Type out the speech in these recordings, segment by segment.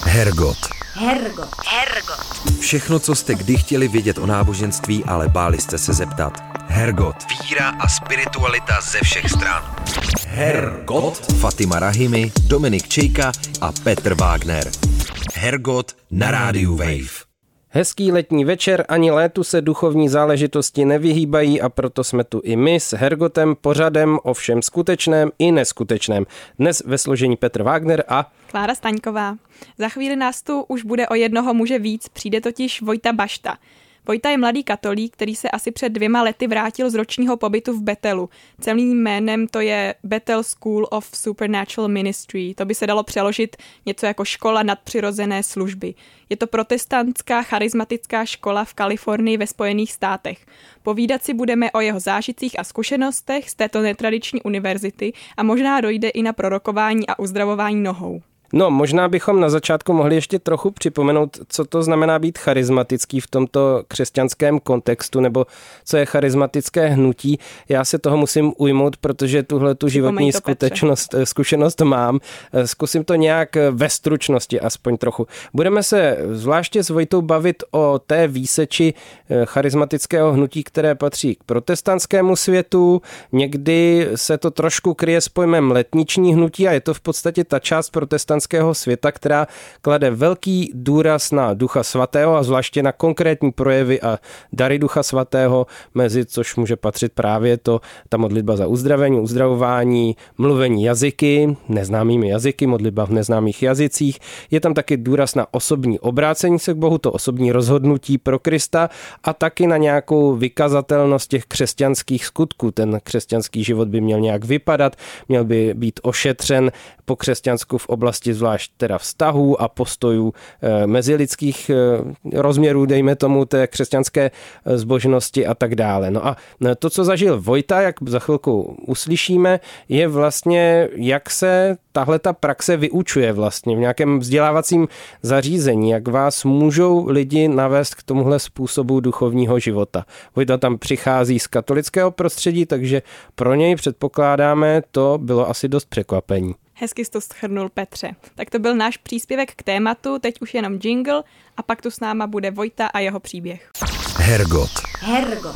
Hergot. Hergot. Všechno, co jste kdy chtěli vědět o náboženství, ale báli jste se zeptat. Hergot. Víra a spiritualita ze všech stran. Hergot. Fatima Rahimi, Dominik Čejka a Petr Wagner. Hergot na rádiu Wave. Hezký letní večer, ani létu se duchovní záležitosti nevyhýbají a proto jsme tu i my s Hergotem, pořadem o všem skutečném i neskutečném. Dnes ve složení Petr Wagner a Klára Staňková. Za chvíli nás tu už bude o jednoho muže víc, přijde totiž Vojta Bašta. Vojta je mladý katolík, který se asi před 2 lety vrátil z ročního pobytu v Bethelu. Celým jménem to je Bethel School of Supernatural Ministry. To by se dalo přeložit něco jako škola nadpřirozené služby. Je to protestantská charismatická škola v Kalifornii ve Spojených státech. Povídat si budeme o jeho zážitcích a zkušenostech z této netradiční univerzity a možná dojde i na prorokování a uzdravování nohou. No, možná bychom na začátku mohli ještě trochu připomenout, co to znamená být charismatický v tomto křesťanském kontextu, nebo co je charismatické hnutí. Já se toho musím ujmout, protože tuhletu životní zkušenost mám. Zkusím to nějak ve stručnosti, aspoň trochu. Budeme se zvláště s Vojtou bavit o té výseči charismatického hnutí, které patří k protestantskému světu. Někdy se to trošku kryje s pojmem letniční hnutí a je to v podstatě ta část protestantského světa, která klade velký důraz na Ducha svatého a zvláště na konkrétní projevy a dary Ducha svatého, mezi což může patřit právě ta modlitba za uzdravení, uzdravování, mluvení jazyky, neznámými jazyky, modlitba v neznámých jazycích. Je tam taky důraz na osobní obrácení se k Bohu, to osobní rozhodnutí pro Krista a taky na nějakou vykazatelnost těch křesťanských skutků. Ten křesťanský život by měl nějak vypadat, měl by být ošetřen po křesťansku v oblasti zvlášť teda vztahů a postojů mezilidských rozměrů, dejme tomu, té křesťanské zbožnosti a tak dále. No a to, co zažil Vojta, jak za chvilku uslyšíme, je vlastně, jak se tahleta praxe vyučuje vlastně v nějakém vzdělávacím zařízení, jak vás můžou lidi navést k tomuhle způsobu duchovního života. Vojta tam přichází z katolického prostředí, takže pro něj předpokládáme, to bylo asi dost překvapení. Hezky jsi to shrnul, Petře. Tak to byl náš příspěvek k tématu, teď už jenom jingle a pak tu s náma bude Vojta a jeho příběh. Hergot. Hergot.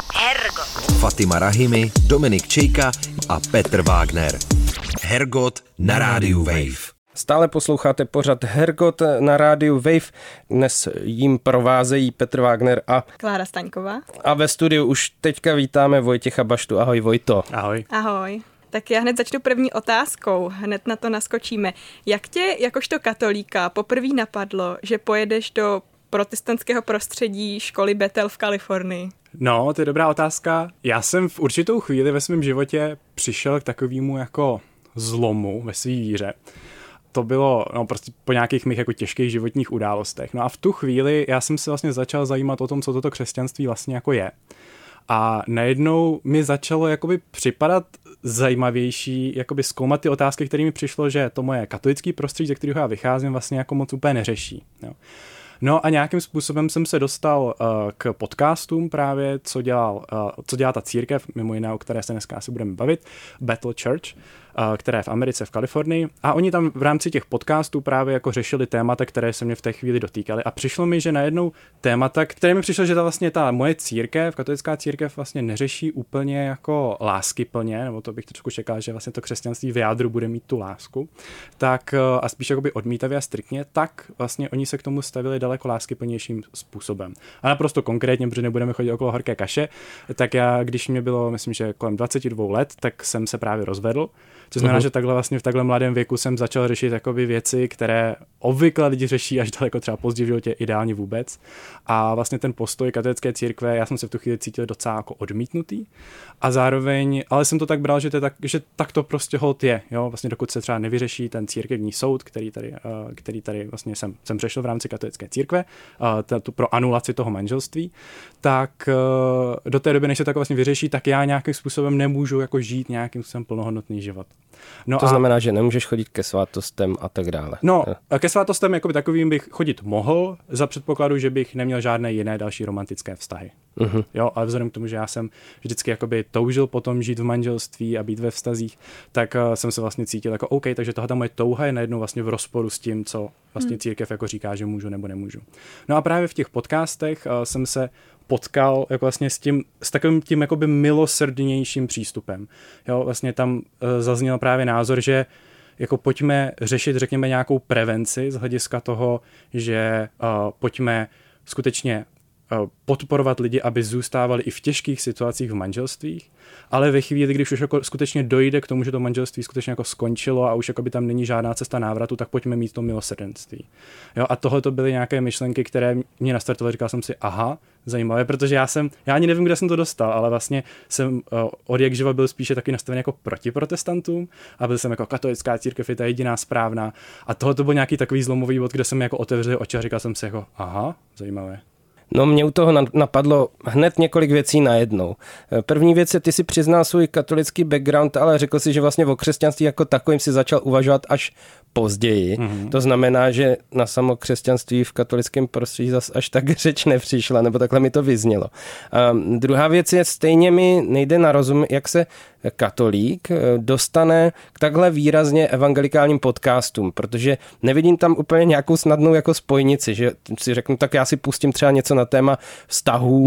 Fatima Rahimi, Dominik Čejka a Petr Wagner. Hergot na rádiu Wave. Stále posloucháte pořad Hergot na rádiu Wave. Dnes jím provázejí Petr Wagner a Klára Staňková. A ve studiu už teďka vítáme Vojtěcha Baštu. Ahoj, Vojto. Ahoj. Ahoj. Tak já hned začnu první otázkou, hned na to naskočíme. Jak tě jakožto katolíka poprvé napadlo, že pojedeš do protestantského prostředí školy Bethel v Kalifornii? No, to je dobrá otázka. Já jsem v určitou chvíli ve svém životě přišel k takovému jako zlomu ve své víře. To bylo prostě po nějakých mých jako těžkých životních událostech. No a v tu chvíli já jsem se vlastně začal zajímat o tom, co toto křesťanství vlastně jako je. A najednou mi začalo jakoby připadat zajímavější jakoby zkoumat ty otázky, které mi přišlo, že to moje katolické prostředí, ze kterého já vycházím, vlastně jako moc úplně neřeší. Jo. No a nějakým způsobem jsem se dostal k podcastům právě, co dělá ta církev, mimo jiné, o které se dneska asi budeme bavit, Bethel Church, která je v Americe, v Kalifornii. A oni tam v rámci těch podcastů právě jako řešili témata, které se mě v té chvíli dotýkaly. A přišlo mi, že najednou témata, které mi přišlo, že ta moje církev, katolická církev vlastně neřeší úplně jako láskyplně, nebo to bych trošku čekal, že vlastně to křesťanství v jádru bude mít tu lásku, tak a spíš jakoby odmítavě a striktně, tak vlastně oni se k tomu stavili daleko láskyplnějším způsobem. A naprosto konkrétně, protože nebudeme chodit okolo horké kaše, tak já, když mě bylo, myslím, že kolem 22 let, tak jsem se právě rozvedl. To znamená, že takhle vlastně v takhle mladém věku jsem začal řešit jakoby věci, které obvykle lidi řeší až daleko třeba pozdě v životě, ideálně vůbec. A vlastně ten postoj katolické církve, já jsem se v tu chvíli cítil docela jako odmítnutý. A zároveň, ale jsem to tak bral, že tak to prostě holt je, jo, vlastně dokud se třeba nevyřeší ten církevní soud, který tady vlastně jsem přešel v rámci katolické církve, pro anulaci toho manželství, tak do té doby, než se tak vlastně vyřeší, tak já nějakým způsobem nemůžu jako žít nějakým způsobem plnohodnotný život. No to znamená, že nemůžeš chodit ke svátostem a tak dále. No, ke svátostem jakoby takovým bych chodit mohl, za předpokladu, že bych neměl žádné jiné další romantické vztahy. Jo, ale vzhledem k tomu, že já jsem vždycky jakoby toužil potom žít v manželství a být ve vztazích, tak jsem se vlastně cítil jako OK, takže tohle moje touha je najednou vlastně v rozporu s tím, co vlastně církev jako říká, že můžu nebo nemůžu. No a právě v těch podcastech jsem se potkal jako vlastně s takovým tím jakoby milosrdnějším přístupem. Jo, vlastně tam zazněl právě názor, že jako pojďme řešit, řekněme, nějakou prevenci z hlediska toho, že pojďme skutečně podporovat lidi, aby zůstávali i v těžkých situacích v manželstvích, ale ve chvíli, když už jako skutečně dojde k tomu, že to manželství skutečně jako skončilo a už jako by tam není žádná cesta návratu, tak pojďme mít to milosrdenství. Jo, a tohle to byly nějaké myšlenky, které mě nastartovaly, říkal jsem si, aha, zajímavé, protože já ani nevím, kde jsem to dostal, ale vlastně jsem od jak živa byl spíše taky nastavený jako proti protestantům a byl jsem jako katolická církev je ta jediná správná a tohle to byl nějaký takový zlomový bod, kde jsem jako otevřel oči a říkal jsem si jako, aha, zajímavé. No mě u toho napadlo hned několik věcí najednou. První věc je, ty si přiznal svůj katolický background, ale řekl si, že vlastně o křesťanství jako takovým si začal uvažovat až později. To znamená, že na samo křesťanství v katolickém prostředí zas až tak řeč nepřišla, nebo takhle mi to vyznělo. Druhá věc je, stejně mi nejde na rozum, jak se katolík dostane k takhle výrazně evangelikálním podcastům, protože nevidím tam úplně nějakou snadnou jako spojnici, že si řeknu, tak já si pustím třeba něco na téma vztahů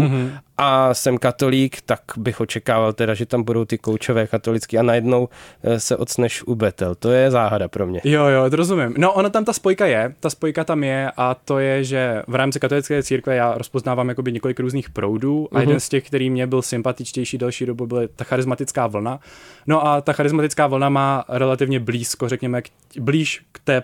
a jsem katolík, tak bych očekával teda, že tam budou ty koučové katolický a najednou se ocneš u Bethel. To je záhada pro mě. Jo, to rozumím. No, ono tam ta spojka tam je a to je, že v rámci katolické církve já rozpoznávám jakoby několik různých proudů a jeden z těch, který mě byl sympatičtější delší dobu, byla ta charismatická vlna. No a ta charismatická vlna má relativně blízko, řekněme, blíž k té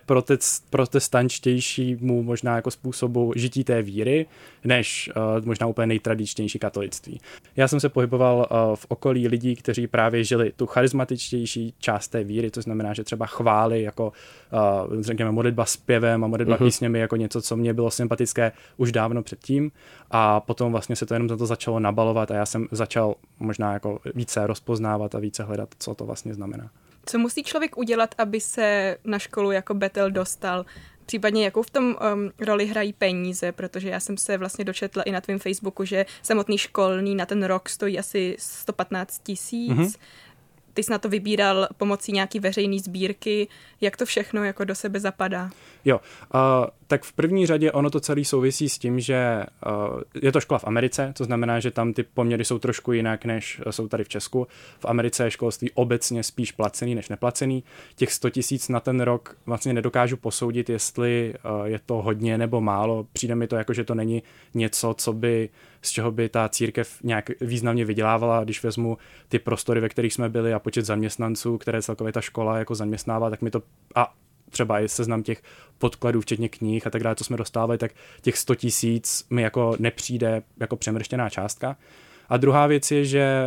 protestančtějšímu možná jako způsobu žití té víry, než možná úplně nejtradičnější katolictví. Já jsem se pohyboval v okolí lidí, kteří právě žili tu charismatičtější část té víry, to znamená, že třeba chvály jako řekněme modlitba zpěvem a modlitba písněmi jako něco, co mě bylo sympatické už dávno předtím a potom vlastně se to jenom za to začalo nabalovat a já jsem začal možná jako více rozpoznávat a více hledat, co to vlastně znamená. Co musí člověk udělat, aby se na školu jako Bethel dostal? Případně jakou v tom roli hrají peníze, protože já jsem se vlastně dočetla i na tvém Facebooku, že samotný školný na ten rok stojí asi 115 000. Ty jsi na to vybíral pomocí nějaký veřejný sbírky. Jak to všechno jako do sebe zapadá? Jo, tak v první řadě ono to celé souvisí s tím, že je to škola v Americe, to znamená, že tam ty poměry jsou trošku jinak, než jsou tady v Česku. V Americe je školství obecně spíš placený než neplacený. Těch 100 000 na ten rok vlastně nedokážu posoudit, jestli je to hodně nebo málo. Přijde mi to jako, že to není něco, z čeho by ta církev nějak významně vydělávala. Když vezmu ty prostory, ve kterých jsme byli a počet zaměstnanců, které celkově ta škola jako zaměstnává, tak mi to a třeba i seznam těch podkladů, včetně knih a tak dále, co jsme dostávali, tak těch 100 000 mi jako nepřijde jako přemrštěná částka. A druhá věc je, že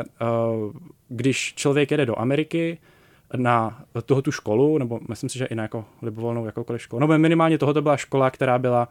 když člověk jede do Ameriky na tu školu, nebo myslím si, že i na jako libovolnou jakoukoliv školu, nebo minimálně tohoto byla škola, která byla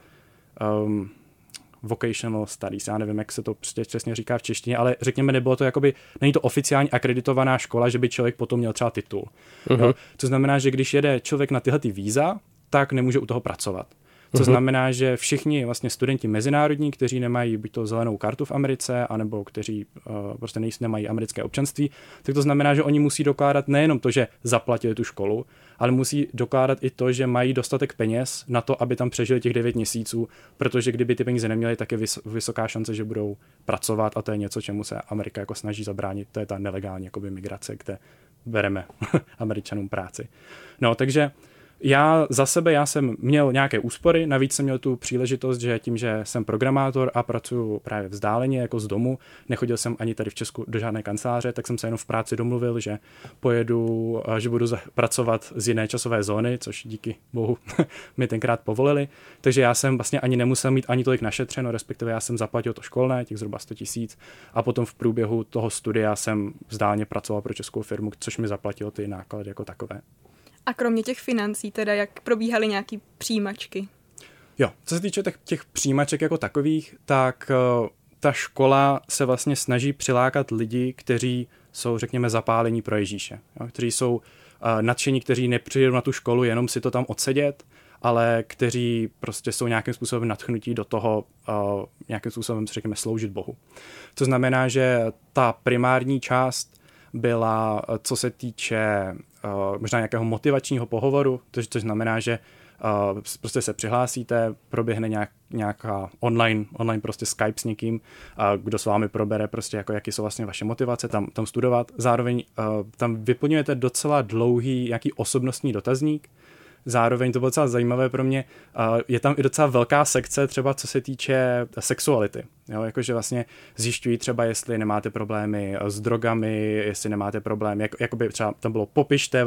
vocational studies, já nevím, jak se to prostě přesně říká v češtině, ale řekněme, nebylo to jakoby, není to oficiálně akreditovaná škola, že by člověk potom měl třeba titul. Jo? To znamená, že když jede člověk na tyhle ty víza, tak nemůže u toho pracovat. To znamená, že všichni vlastně studenti mezinárodní, kteří nemají buď to zelenou kartu v Americe, anebo kteří prostě nemají americké občanství, tak to znamená, že oni musí dokládat nejenom to, že zaplatili tu školu, ale musí dokládat i to, že mají dostatek peněz na to, aby tam přežili těch 9 měsíců, protože kdyby ty peníze neměli, tak je vysoká šance, že budou pracovat a to je něco, čemu se Amerika jako snaží zabránit. To je ta nelegální jakoby migrace, kde bereme Američanům práci. No, takže já jsem měl nějaké úspory, navíc jsem měl tu příležitost, že tím, že jsem programátor a pracuji právě vzdáleně jako z domu, nechodil jsem ani tady v Česku do žádné kanceláře, tak jsem se jenom v práci domluvil, že pojedu, že budu pracovat z jiné časové zóny, což díky bohu mi tenkrát povolili, takže já jsem vlastně ani nemusel mít ani tolik našetřeno, respektive já jsem zaplatil to školné, těch zhruba 100 000 a potom v průběhu toho studia jsem vzdáleně pracoval pro českou firmu, což mi zaplatilo ty náklady jako takové. A kromě těch financí, teda jak probíhaly nějaký přijímačky? Jo, co se týče těch přijímaček jako takových, tak ta škola se vlastně snaží přilákat lidi, kteří jsou, řekněme, zapálení pro Ježíše. Jo, kteří jsou nadšení, kteří nepřijdou na tu školu jenom si to tam odsedět, ale kteří prostě jsou nějakým způsobem nadchnutí do toho, nějakým způsobem, řekněme, sloužit Bohu. To znamená, že ta primární část byla, co se týče možná nějakého motivačního pohovoru, což znamená, že prostě se přihlásíte, proběhne nějaká online prostě Skype s někým, kdo s vámi probere prostě jako jaký jsou vlastně vaše motivace tam studovat. Zároveň tam vyplňujete docela dlouhý nějaký osobnostní dotazník. Zároveň to bylo docela zajímavé pro mě. Je tam i docela velká sekce třeba co se týče sexuality. Jo? Jakože vlastně zjišťují třeba, jestli nemáte problémy s drogami, jestli nemáte problémy, jakoby třeba tam bylo popište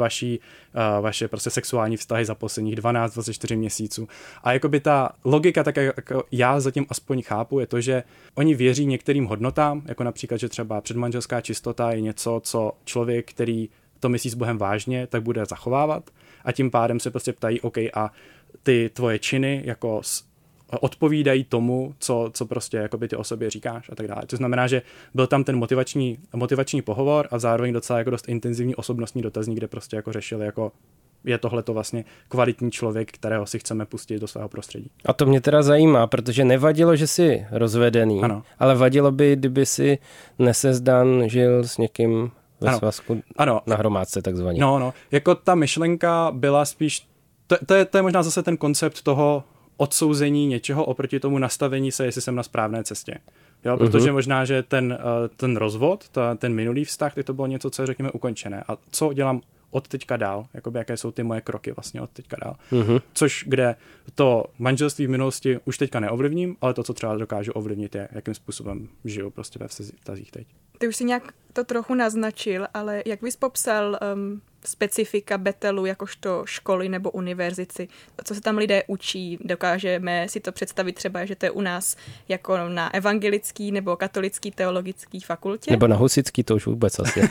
vaše prostě sexuální vztahy za posledních 12-24 měsíců. A jakoby ta logika, tak jako já zatím aspoň chápu, je to, že oni věří některým hodnotám, jako například, že třeba předmanželská čistota je něco, co člověk, který to myslí s Bohem vážně, tak bude zachovávat. A tím pádem se prostě ptají, OK, a ty tvoje činy jako odpovídají tomu, co prostě jakoby ty o sobě říkáš a tak dále. To znamená, že byl tam ten motivační pohovor a zároveň docela jako dost intenzivní osobnostní dotazník, kde prostě jako řešili, jako je tohleto vlastně kvalitní člověk, kterého si chceme pustit do svého prostředí. A to mě teda zajímá, protože nevadilo, že jsi rozvedený, ano. Ale vadilo by, kdyby si nesezdan žil s někým ve svazku na hromádce takzvaně. No, jako ta myšlenka byla spíš, to je možná zase ten koncept toho odsouzení něčeho oproti tomu nastavení se, jestli jsem na správné cestě. Jo, protože možná, že ten rozvod, ten minulý vztah, to bylo něco, co je, řekněme, ukončené. A co dělám od teďka dál, jakoby jaké jsou ty moje kroky vlastně od teďka dál. Což kde to manželství v minulosti už teďka neovlivním, ale to, co třeba dokážu ovlivnit, je, jakým způsobem žiju prostě ve vztazích teď. Ty už si nějak to trochu naznačil, ale jak bys popsal specifika Bethelu jakožto školy nebo univerzity? Co se tam lidé učí? Dokážeme si to představit třeba, že to je u nás jako na evangelický nebo katolický teologický fakultě? Nebo na husitský, to už vůbec asi.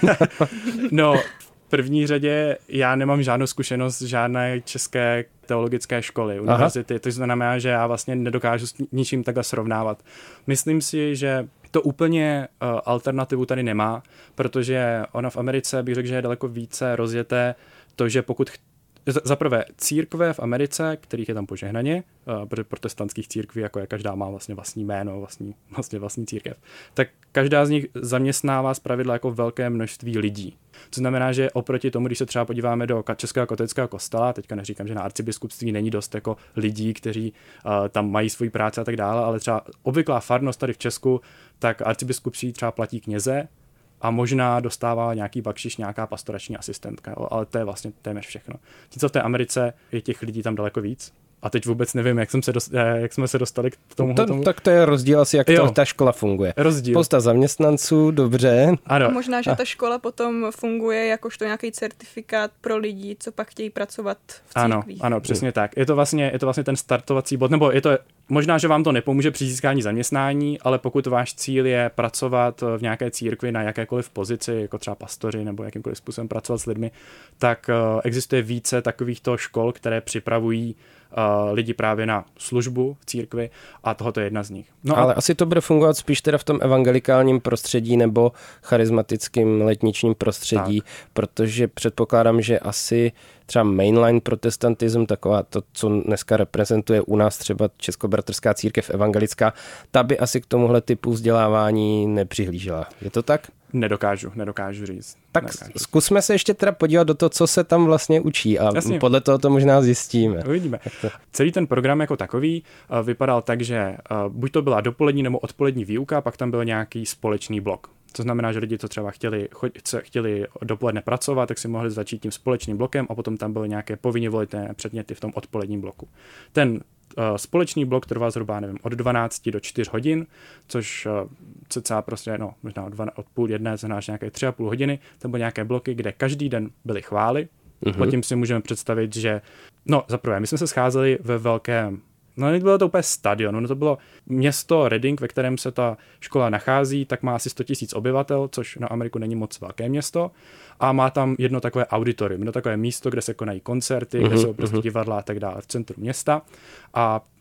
No, v první řadě já nemám žádnou zkušenost žádné české teologické školy, univerzity, to znamená, že já vlastně nedokážu s ničím takhle srovnávat. Myslím si, že to úplně alternativu tady nemá, protože ona v Americe, bych řekl, že je daleko více rozjeté to, že pokud zaprvé církve v Americe, kterých je tam požehnaně, protože protestantských církví, jako je každá má vlastně vlastní jméno, vlastní církev, tak každá z nich zaměstnává zpravidla jako velké množství lidí. To znamená, že oproti tomu, když se třeba podíváme do Českého katolického kostela, teďka neříkám, že na arcibiskupství není dost jako lidí, kteří tam mají svoji práci a tak dále, ale třeba obvyklá farnost tady v Česku, tak arcibiskupství třeba platí kněze, a možná dostává nějaký bakšiš, nějaká pastorační asistentka, ale to je vlastně téměř všechno. Tím, co v té Americe je těch lidí tam daleko víc. A teď vůbec nevím, jak jsme se dostali k tomu. Tak to je rozdíl asi, jak ta škola funguje. Rozdíl. Spousta zaměstnanců, dobře. Ano. A možná, že ta škola potom funguje jakožto nějaký certifikát pro lidi, co pak chtějí pracovat v církvích. Ano, přesně tak. Je to vlastně ten startovací bod, nebo je to možná, že vám to nepomůže při získání zaměstnání, ale pokud váš cíl je pracovat v nějaké církvi na jakékoliv pozici, jako třeba pastoři nebo jakýmkoliv způsobem pracovat s lidmi, tak existuje více takovýchto škol, které připravují lidi právě na službu v církvi a tohoto je jedna z nich. No ale asi to bude fungovat spíš teda v tom evangelikálním prostředí nebo charismatickým letničním prostředí, protože předpokládám, že asi třeba mainline protestantism, taková to, co dneska reprezentuje u nás třeba Českobratrská církev evangelická, ta by asi k tomuhle typu vzdělávání nepřihlížela. Je to tak? Nedokážu říct. Tak zkusme se ještě teda podívat do toho, co se tam vlastně učí a podle toho to možná zjistíme. Uvidíme. Celý ten program jako takový vypadal tak, že buď to byla dopolední nebo odpolední výuka, pak tam byl nějaký společný blok. To znamená, že lidi, co třeba chtěli dopoledne pracovat, tak si mohli začít tím společným blokem a potom tam byly nějaké povinně volitelné předměty v tom odpoledním bloku. Ten společný blok trvá zhruba, od 12 do 4 hodin, což cca prostě, možná od půl jedné, znamená nějaké 3,5 hodiny. Tam byly nějaké bloky, kde každý den byly chvály. Potom si můžeme představit, že, zaprvé, my jsme se scházeli ve velkém, nebylo to úplně stadion, to bylo město Reading, ve kterém se ta škola nachází, tak má asi 100 000 obyvatel, což na Ameriku není moc velké město, a má tam jedno takové auditorium, jedno takové místo, kde se konají koncerty, kde jsou prostě divadla a tak dále v centru města. A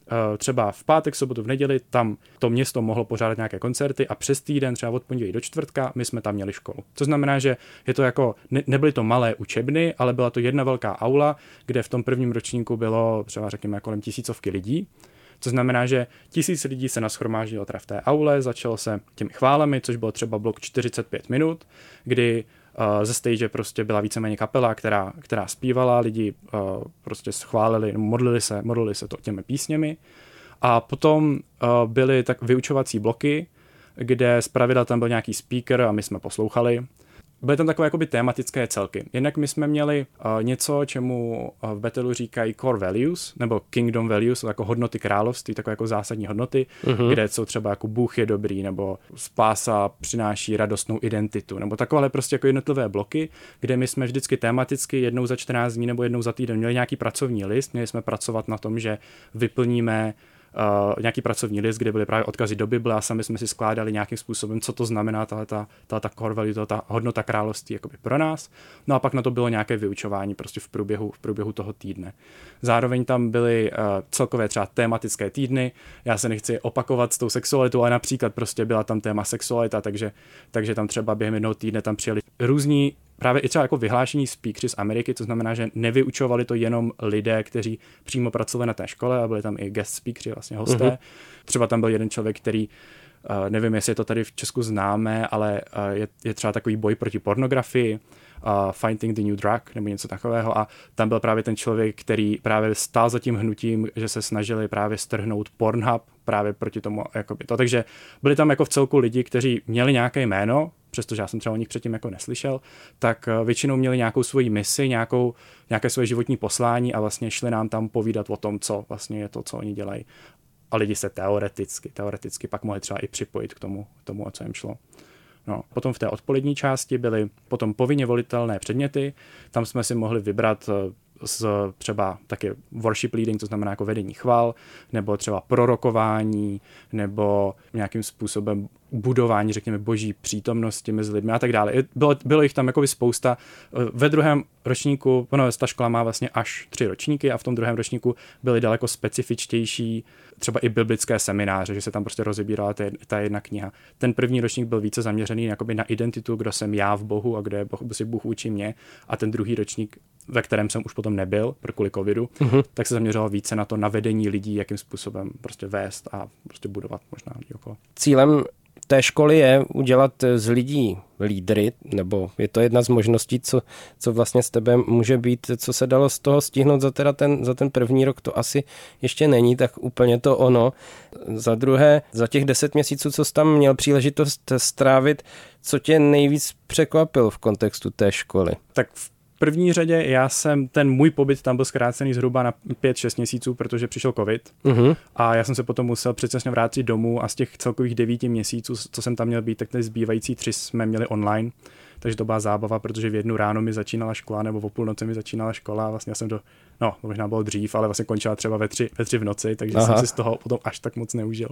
třeba v pátek, sobotu, v neděli tam to město mohlo pořádat nějaké koncerty a přes týden, třeba od pondělí do čtvrtka, my jsme tam měli školu. To znamená, že je to jako, nebyly to malé učebny, ale byla to jedna velká aula, kde v tom prvním ročníku bylo třeba řekněme kolem 1000 lidí. To znamená, že 1000 lidí se nashromáždilo teda v té aule, začalo se těmi chválami, což bylo třeba blok 45 minut, kdy ze stage prostě byla víceméně kapela, která zpívala, lidi prostě schválili, modlili se to těmi písněmi. A potom byly tak vyučovací bloky, kde zpravidla tam byl nějaký speaker a my jsme poslouchali. Byly tam takové jakoby tématické celky. Jednak my jsme měli něco, čemu v Bethelu říkají core values, nebo kingdom values, jako hodnoty království, takové jako zásadní hodnoty, kde jsou třeba jako Bůh je dobrý, nebo spása přináší radostnou identitu, nebo takové prostě jako jednotlivé bloky, kde my jsme vždycky tematicky jednou za 14 dní nebo jednou za týden měli nějaký pracovní list, měli jsme pracovat na tom, že vyplníme nějaký pracovní list, kde byly právě odkazy do Bible a sami jsme si skládali nějakým způsobem, co to znamená ta core value, ta hodnota království jakoby pro nás. No a pak na to bylo nějaké vyučování prostě v průběhu toho týdne. Zároveň tam byly celkové třeba tematické týdny. Já se nechci opakovat s tou sexualitou, ale například prostě byla tam téma sexualita, takže tam třeba během jednoho týdne tam přijeli různí právě i třeba jako vyhlášení speakeři z Ameriky, to znamená, že nevyučovali to jenom lidé, kteří přímo pracovali na té škole, a byli tam i guest speakeři, vlastně hosté. Třeba tam byl jeden člověk, který, nevím, jestli je to tady v Česku známé, ale je třeba takový boj proti pornografii, Finding the New Drug, nebo něco takového, a tam byl právě ten člověk, který právě stál za tím hnutím, že se snažili právě strhnout Pornhub právě proti tomu, jakoby to. Takže byli tam jako v celku lidi, kteří měli nějaké jméno, přestože já jsem třeba o nich předtím jako neslyšel, tak většinou měli nějakou svoji misi, nějaké svoje životní poslání a vlastně šli nám tam povídat o tom, co vlastně je to, co oni dělají. A lidi se teoreticky pak mohli třeba i připojit k tomu, o co jim šlo. No, potom v té odpolední části byly potom povinně volitelné předměty, tam jsme si mohli vybrat z třeba taky worship leading, to znamená jako vedení chval, nebo třeba prorokování, nebo nějakým způsobem budování, řekněme, boží přítomnosti mezi lidmi a tak dále. Bylo jich tam jakoby spousta. Ve druhém ročníku, ta škola má vlastně až 3 ročníky a v tom druhém ročníku byly daleko specifičtější třeba i biblické semináře, že se tam prostě rozebírala ta jedna kniha. Ten první ročník byl více zaměřený jakoby na identitu, kdo jsem já v Bohu a kde si Bůh učí mě, a ten druhý ročník, ve kterém jsem už potom nebyl, kvůli covidu, tak se zaměřoval více na to navedení lidí, jakým způsobem prostě vést a prostě budovat možná okolo. Cílem té školy je udělat z lidí lídry, nebo je to jedna z možností, co vlastně s tebe může být, co se dalo z toho stihnout za ten první rok, to asi ještě není tak úplně to ono. Za druhé, za těch 10 měsíců, co jsi tam měl příležitost strávit, co tě nejvíc překvapilo v kontextu té školy? Tak v první řadě ten můj pobyt tam byl zkrácený zhruba na 5-6 měsíců, protože přišel covid a já jsem se potom musel předčasně vrátit domů a z těch celkových 9 měsíců, co jsem tam měl být, tak ty zbývající 3 jsme měli online, takže to byla zábava, protože v 1 ráno mi začínala škola nebo o půlnoci mi začínala škola a vlastně jsem to možná bylo dřív, ale vlastně končila třeba ve 3 v noci, takže jsem si z toho potom až tak moc neužil.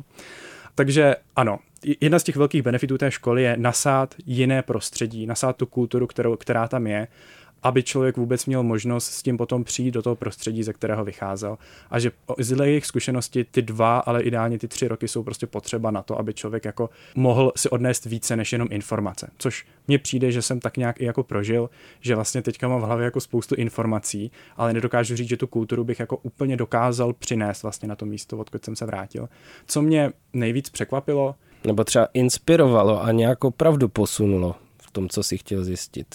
Takže ano, jedna z těch velkých benefitů té školy je nasát jiné prostředí, nasát tu kulturu, která tam je, aby člověk vůbec měl možnost s tím potom přijít do toho prostředí, ze kterého vycházel. A že z jejich zkušenosti ty 2, ale ideálně ty 3 roky jsou prostě potřeba na to, aby člověk jako mohl si odnést více než jenom informace. Což mně přijde, že jsem tak nějak i jako prožil, že vlastně teďka mám v hlavě jako spoustu informací, ale nedokážu říct, že tu kulturu bych jako úplně dokázal přinést vlastně na to místo, odkud jsem se vrátil. Co mě nejvíc překvapilo, nebo třeba inspirovalo a nějak opravdu posunulo v tom, co si chtěl zjistit.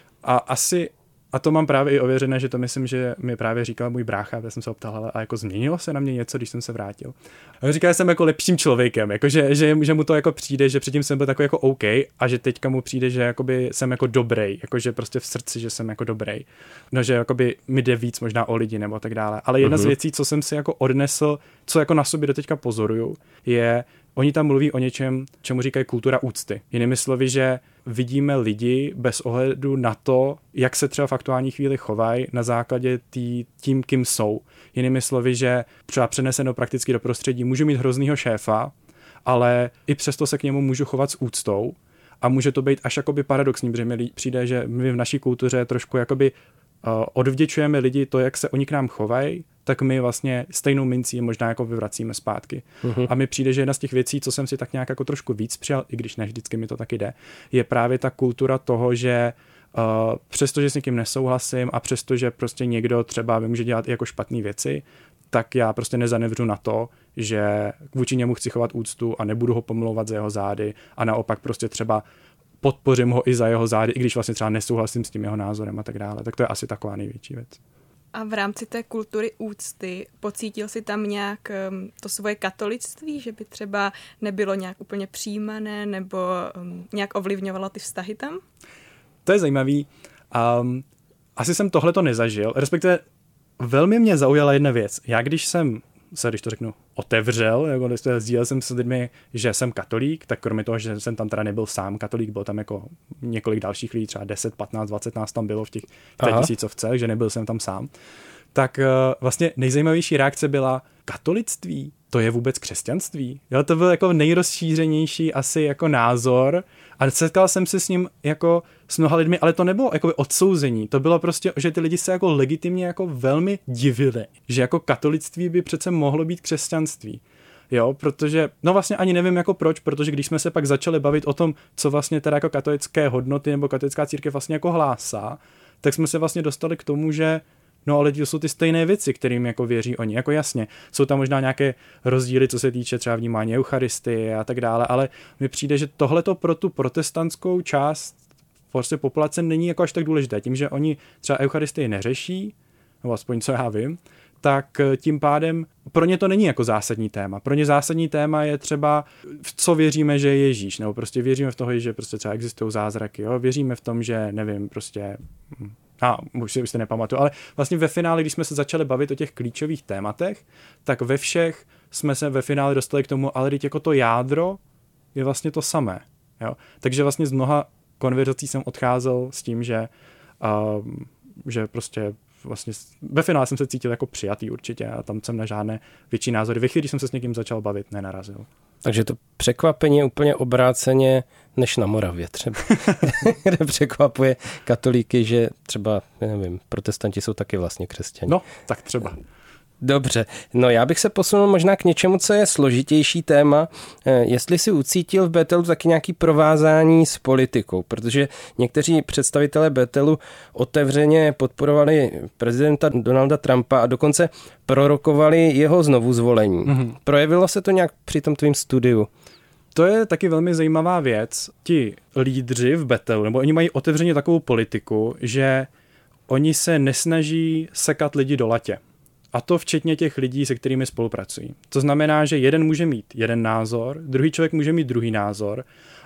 A to mám právě i ověřené, že to myslím, že mi právě říkal můj brácha, já jsem se optal, a jako změnilo se na mě něco, když jsem se vrátil. A on říkal, že jsem jako lepším člověkem, jako že mu to jako přijde, že předtím jsem byl takový jako OK a že teďka mu přijde, že jakoby jsem jako dobrý, jakože prostě v srdci, že jsem jako dobrý. No, že jakoby mi jde víc možná o lidi nebo tak dále. Ale jedna z věcí, co jsem si jako odnesl, co jako na sobě do teďka pozoruju, je, oni tam mluví o něčem, čemu říkají kultura úcty. Jinými slovy, že vidíme lidi bez ohledu na to, jak se třeba v aktuální chvíli chovají na základě tím, kým jsou. Jinými slovy, že třeba přeneseno prakticky do prostředí můžu mít hroznýho šéfa, ale i přesto se k němu můžu chovat s úctou a může to být až jakoby paradoxní, protože mi přijde, že my v naší kultuře trošku jakoby odvděčujeme lidi to, jak se oni k nám chovají, tak my vlastně stejnou mincí možná jako vyvracíme zpátky. A mi přijde, že jedna z těch věcí, co jsem si tak nějak jako trošku víc přijal, i když ne vždycky mi to taky jde, je právě ta kultura toho, že přestože s někým nesouhlasím a přestože prostě někdo třeba může dělat i jako špatné věci, tak já prostě nezanevřu na to, že vůči němu chci chovat úctu a nebudu ho pomlouvat za jeho zády a naopak prostě třeba podpořím ho i za jeho zády, i když vlastně třeba nesouhlasím s tím jeho názorem a tak dále. Tak to je asi taková největší věc. A v rámci té kultury úcty pocítil si tam nějak to svoje katolictví, že by třeba nebylo nějak úplně přijímané nebo nějak ovlivňovalo ty vztahy tam? To je zajímavý. Asi jsem tohleto nezažil, respektive velmi mě zaujala jedna věc. Já když jsem se, když to řeknu, otevřel, jako sdílel jsem s lidmi, že jsem katolík, tak kromě toho, že jsem tam teda nebyl sám katolík, byl tam jako několik dalších lidí, třeba 10, 15, 20 nás tam bylo v té tisícovce, takže nebyl jsem tam sám. Tak vlastně nejzajímavější reakce byla katolictví, to je vůbec křesťanství. Jo, to byl jako nejrozšířenější asi jako názor a setkal jsem se s ním jako s mnoha lidmi, ale to nebylo jako odsouzení, to bylo prostě, že ty lidi se jako legitimně jako velmi divili, že jako katolictví by přece mohlo být křesťanství. Jo, protože, no vlastně ani nevím jako proč, protože když jsme se pak začali bavit o tom, co vlastně teda jako katolické hodnoty nebo katolická církev vlastně jako hlásá, tak jsme se vlastně dostali k tomu, že no ale to jsou ty stejné věci, kterým jako věří oni. Jako jasně, jsou tam možná nějaké rozdíly, co se týče třeba vnímání eucharistie a tak dále, ale mi přijde, že tohleto pro tu protestantskou část prostě populace není jako až tak důležité. Tím, že oni třeba eucharistii neřeší, nebo aspoň co já vím, tak tím pádem pro ně to není jako zásadní téma. Pro ně zásadní téma je třeba, v co věříme, že je Ježíš, nebo prostě věříme v toho, že prostě třeba existují zázraky, jo? Věříme v tom, že nevím, prostě už si nepamatuju, ale vlastně ve finále, když jsme se začali bavit o těch klíčových tématech, tak ve všech jsme se ve finále dostali k tomu, ale teď jako to jádro je vlastně to samé. Jo? Takže vlastně z mnoha konverzací jsem odcházel s tím, že prostě vlastně ve finále jsem se cítil jako přijatý určitě a tam jsem na žádné větší názory. Ve chvíli, když jsem se s někým začal bavit, nenarazil. Takže to překvapení je úplně obráceně než na Moravě třeba, kde překvapuje katolíky, že třeba, nevím, protestanti jsou taky vlastně křesťané. No, tak třeba. Dobře, no já bych se posunul možná k něčemu, co je složitější téma. Jestli si ucítil v Bethelu taky nějaký provázání s politikou, protože někteří představitelé Bethelu otevřeně podporovali prezidenta Donalda Trumpa a dokonce prorokovali jeho znovuzvolení. Projevilo se to nějak při tom tvým studiu? To je taky velmi zajímavá věc. Ti lídři v Bethelu, nebo oni mají otevřeně takovou politiku, že oni se nesnaží sekat lidi do latě. A to včetně těch lidí, se kterými spolupracují. To znamená, že jeden může mít jeden názor, druhý člověk může mít druhý názor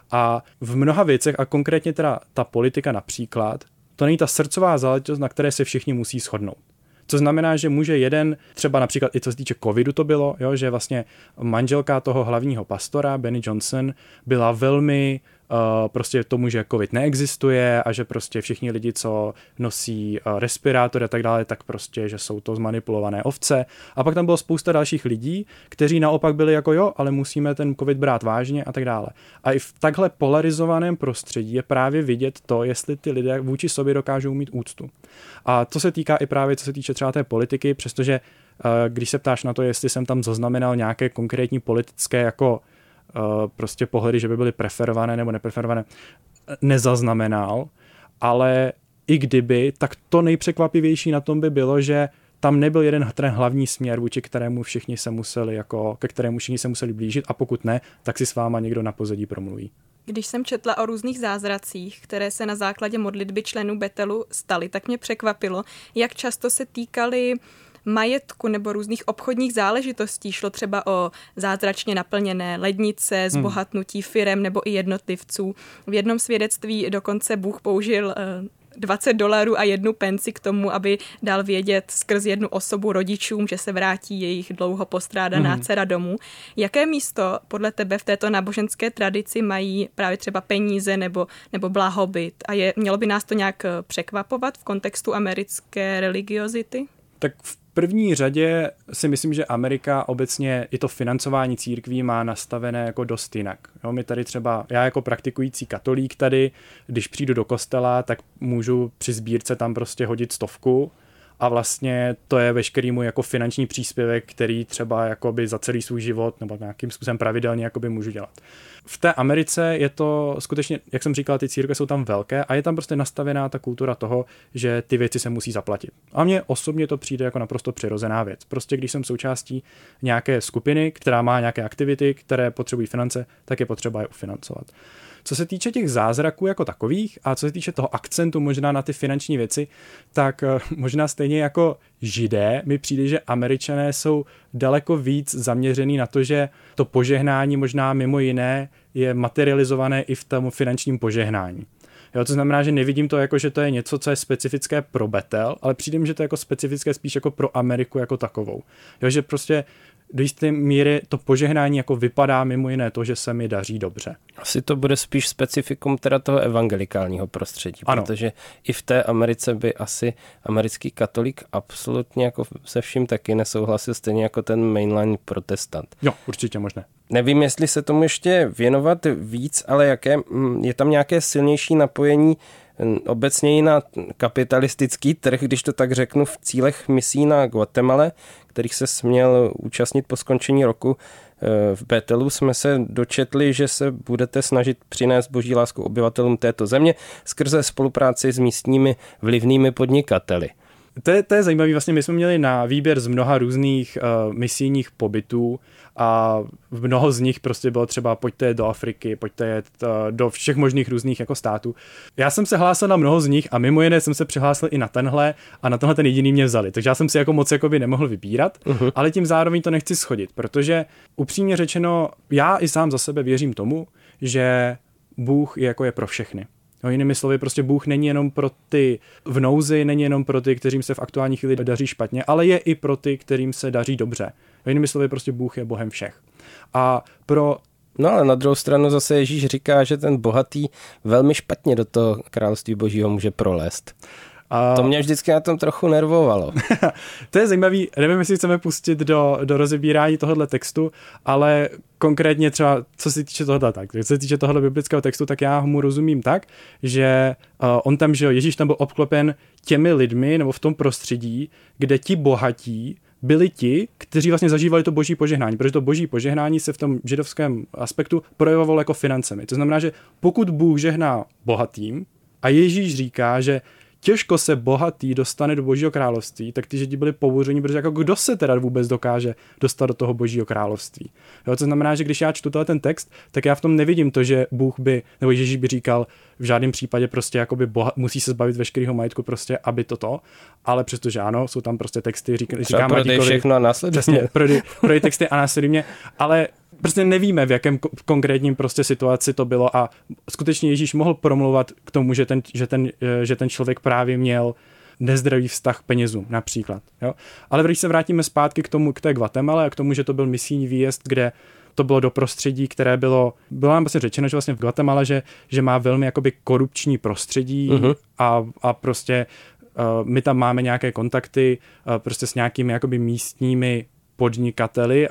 a v mnoha věcech, a konkrétně teda ta politika například, to není ta srdcová záležitost, na které se všichni musí shodnout. Co znamená, že může jeden, třeba například i co se týče covidu to bylo, jo, že vlastně manželka toho hlavního pastora, Benny Johnson, byla velmi prostě tomu, že covid neexistuje a že prostě všichni lidi, co nosí respirátory a tak dále, tak prostě, že jsou to zmanipulované ovce. A pak tam bylo spousta dalších lidí, kteří naopak byli jako jo, ale musíme ten covid brát vážně a tak dále. A i v takhle polarizovaném prostředí je právě vidět to, jestli ty lidé vůči sobě dokážou mít úctu. A to se týká i právě, co se týče třeba té politiky, přestože když se ptáš na to, jestli jsem tam zaznamenal nějaké konkrétní politické jako prostě pohledy, že by byly preferované nebo nepreferované, nezaznamenal, ale i kdyby, tak to nejpřekvapivější na tom by bylo, že tam nebyl jeden ten hlavní směr, vůči kterému všichni se museli ke kterému všichni se museli blížit a pokud ne, tak si s váma někdo na pozadí promluví. Když jsem četla o různých zázracích, které se na základě modlitby členů Bethelu staly, tak mě překvapilo, jak často se týkaly majetku nebo různých obchodních záležitostí. Šlo třeba o zázračně naplněné lednice, zbohatnutí firem nebo i jednotlivců. V jednom svědectví dokonce Bůh použil $20 a 1 penci k tomu, aby dal vědět skrz jednu osobu rodičům, že se vrátí jejich dlouho postrádaná dcera domů. Jaké místo podle tebe v této náboženské tradici mají právě třeba peníze nebo blahobyt? A mělo by nás to nějak překvapovat v kontextu americké religiozity? Tak v první řadě si myslím, že Amerika obecně i to financování církví má nastavené jako dost jinak. Jo, my tady třeba, já jako praktikující katolík tady, když přijdu do kostela, tak můžu při sbírce tam prostě hodit 100 a vlastně to je veškerý můj jako finanční příspěvek, který třeba jakoby za celý svůj život nebo nějakým způsobem pravidelně jakoby můžu dělat. V té Americe je to skutečně, jak jsem říkal, ty církve jsou tam velké a je tam prostě nastavená ta kultura toho, že ty věci se musí zaplatit. A mně osobně to přijde jako naprosto přirozená věc. Prostě když jsem součástí nějaké skupiny, která má nějaké aktivity, které potřebují finance, tak je potřeba je ufinancovat. Co se týče těch zázraků jako takových a co se týče toho akcentu možná na ty finanční věci, tak možná stejně jako Židé mi přijde, že Američané jsou daleko víc zaměřený na to, že to požehnání možná mimo jiné je materializované i v tom finančním požehnání. Jo, to znamená, že nevidím to jako, že to je něco, co je specifické pro Betel, ale přijde mi, že to je jako specifické spíš jako pro Ameriku jako takovou. Jo, že prostě do jisté míry to požehnání jako vypadá mimo jiné to, že se mi daří dobře. Asi to bude spíš specifikum teda toho evangelikálního prostředí, ano. Protože i v té Americe by asi americký katolík absolutně jako se vším taky nesouhlasil, stejně jako ten mainline protestant. Jo, určitě možné. Nevím, jestli se tomu ještě věnovat víc, ale je tam nějaké silnější napojení obecně i na kapitalistický trh, když to tak řeknu, v cílech misí na Guatemala, kterých se směl účastnit po skončení roku. V Betelu jsme se dočetli, že se budete snažit přinést boží lásku obyvatelům této země skrze spolupráci s místními vlivnými podnikateli. To je zajímavé, vlastně my jsme měli na výběr z mnoha různých misijních pobytů a mnoho z nich prostě bylo třeba pojďte jet do Afriky, pojďte jet do všech možných různých jako států. Já jsem se hlásil na mnoho z nich a mimo jiné jsem se přihlásil i na tenhle a na tenhle ten jediný mě vzali, takže já jsem si jako moc jakoby nemohl vybírat, ale tím zároveň to nechci shodit, protože upřímně řečeno, já i sám za sebe věřím tomu, že Bůh je pro všechny. No, jinými slovy, prostě Bůh není jenom pro ty v nouzi, není jenom pro ty, kterým se v aktuální chvíli daří špatně, ale je i pro ty, kterým se daří dobře. No, jinými slovy, prostě Bůh je Bohem všech. No ale na druhou stranu zase Ježíš říká, že ten bohatý velmi špatně do toho království božího může prolézt. To mě vždycky na tom trochu nervovalo. To je zajímavý, nevím, jestli chceme pustit do rozebírání tohohle textu, ale konkrétně třeba, co se týče tohohle biblického textu, tak já mu rozumím tak, že on tam, že Ježíš tam byl obklopen těmi lidmi, nebo v tom prostředí, kde ti bohatí byli ti, kteří vlastně zažívali to boží požehnání, protože to boží požehnání se v tom židovském aspektu projevovalo jako financemi. To znamená, že pokud Bůh žehná bohatým a Ježíš říká, že těžko se bohatý dostane do božího království, tak ty Židi byli pobouření, protože jako kdo se teda vůbec dokáže dostat do toho božího království. Jo, to znamená, že když já čtu ten text, tak já v tom nevidím to, že Bůh by, nebo Ježíš by říkal v žádném případě prostě jakoby musí se zbavit veškerého majetku prostě, aby toto, ale přestože ano, jsou tam prostě texty, říká prodej všechno a následně. Přesně, prodej texty a následně, ale prostě nevíme, v jakém konkrétním prostě situaci to bylo a skutečně Ježíš mohl promlouvat k tomu, že ten člověk právě měl nezdravý vztah k penězům například. Jo? Ale když se vrátíme zpátky k té Guatemala a k tomu, že to byl misijní výjezd, kde to bylo do prostředí, které bylo nám vlastně řečeno, že vlastně v Guatemala, že má velmi jakoby korupční prostředí a prostě my tam máme nějaké kontakty prostě s nějakými jakoby místními podnikateli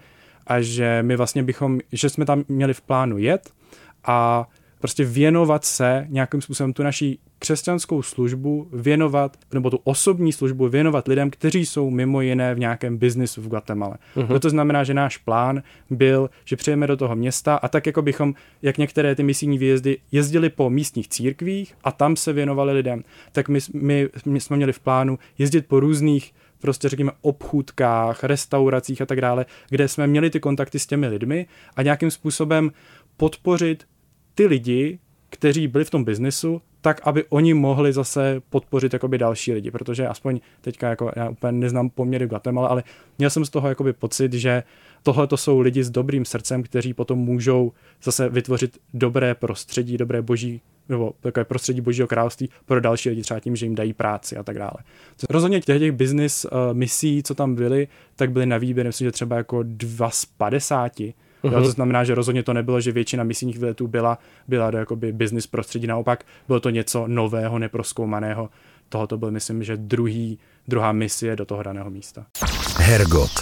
a že my vlastně že jsme tam měli v plánu jet a prostě věnovat se nějakým způsobem tu naší křesťanskou službu věnovat, nebo tu osobní službu věnovat lidem, kteří jsou mimo jiné v nějakém biznisu v Guatemala. To znamená, že náš plán byl, že přijeme do toho města a tak jako bychom, jak některé ty misijní výjezdy, jezdili po místních církvích a tam se věnovali lidem, tak my jsme měli v plánu jezdit po různých prostě řekněme obchůdkách, restauracích a tak dále, kde jsme měli ty kontakty s těmi lidmi a nějakým způsobem podpořit ty lidi, kteří byli v tom biznesu, tak, aby oni mohli zase podpořit jakoby další lidi, protože aspoň teďka jako já úplně neznám poměry v Guatemala, ale měl jsem z toho jakoby pocit, že tohle to jsou lidi s dobrým srdcem, kteří potom můžou zase vytvořit dobré prostředí, dobré boží nebo takové prostředí božího království pro další lidi, třeba tím, že jim dají práci a tak dále. Rozhodně těch business misí, co tam byly, tak byly na výběr, myslím, že třeba jako 2 z 50. To znamená, že rozhodně to nebylo, že většina misijních výletů byla do jakoby business prostředí, naopak bylo to něco nového, neprozkoumaného, tohoto byl, myslím, že druhá misie do toho daného místa. Hergot.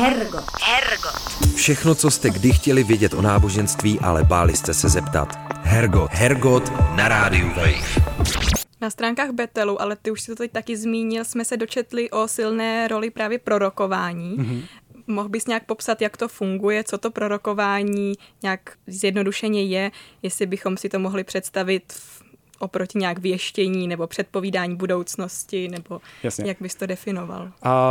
Všechno, co jste kdy chtěli vědět o náboženství, ale báli jste se zeptat. Hergot na rádiu Wave. Na stránkách Bethelu, ale ty už si to teď taky zmínil, jsme se dočetli o silné roli právě prorokování. Mohl bys nějak popsat, jak to funguje, co to prorokování nějak zjednodušeně je, jestli bychom si to mohli představit oproti nějak věštění nebo předpovídání budoucnosti, nebo Jasně. Jak bys to definoval?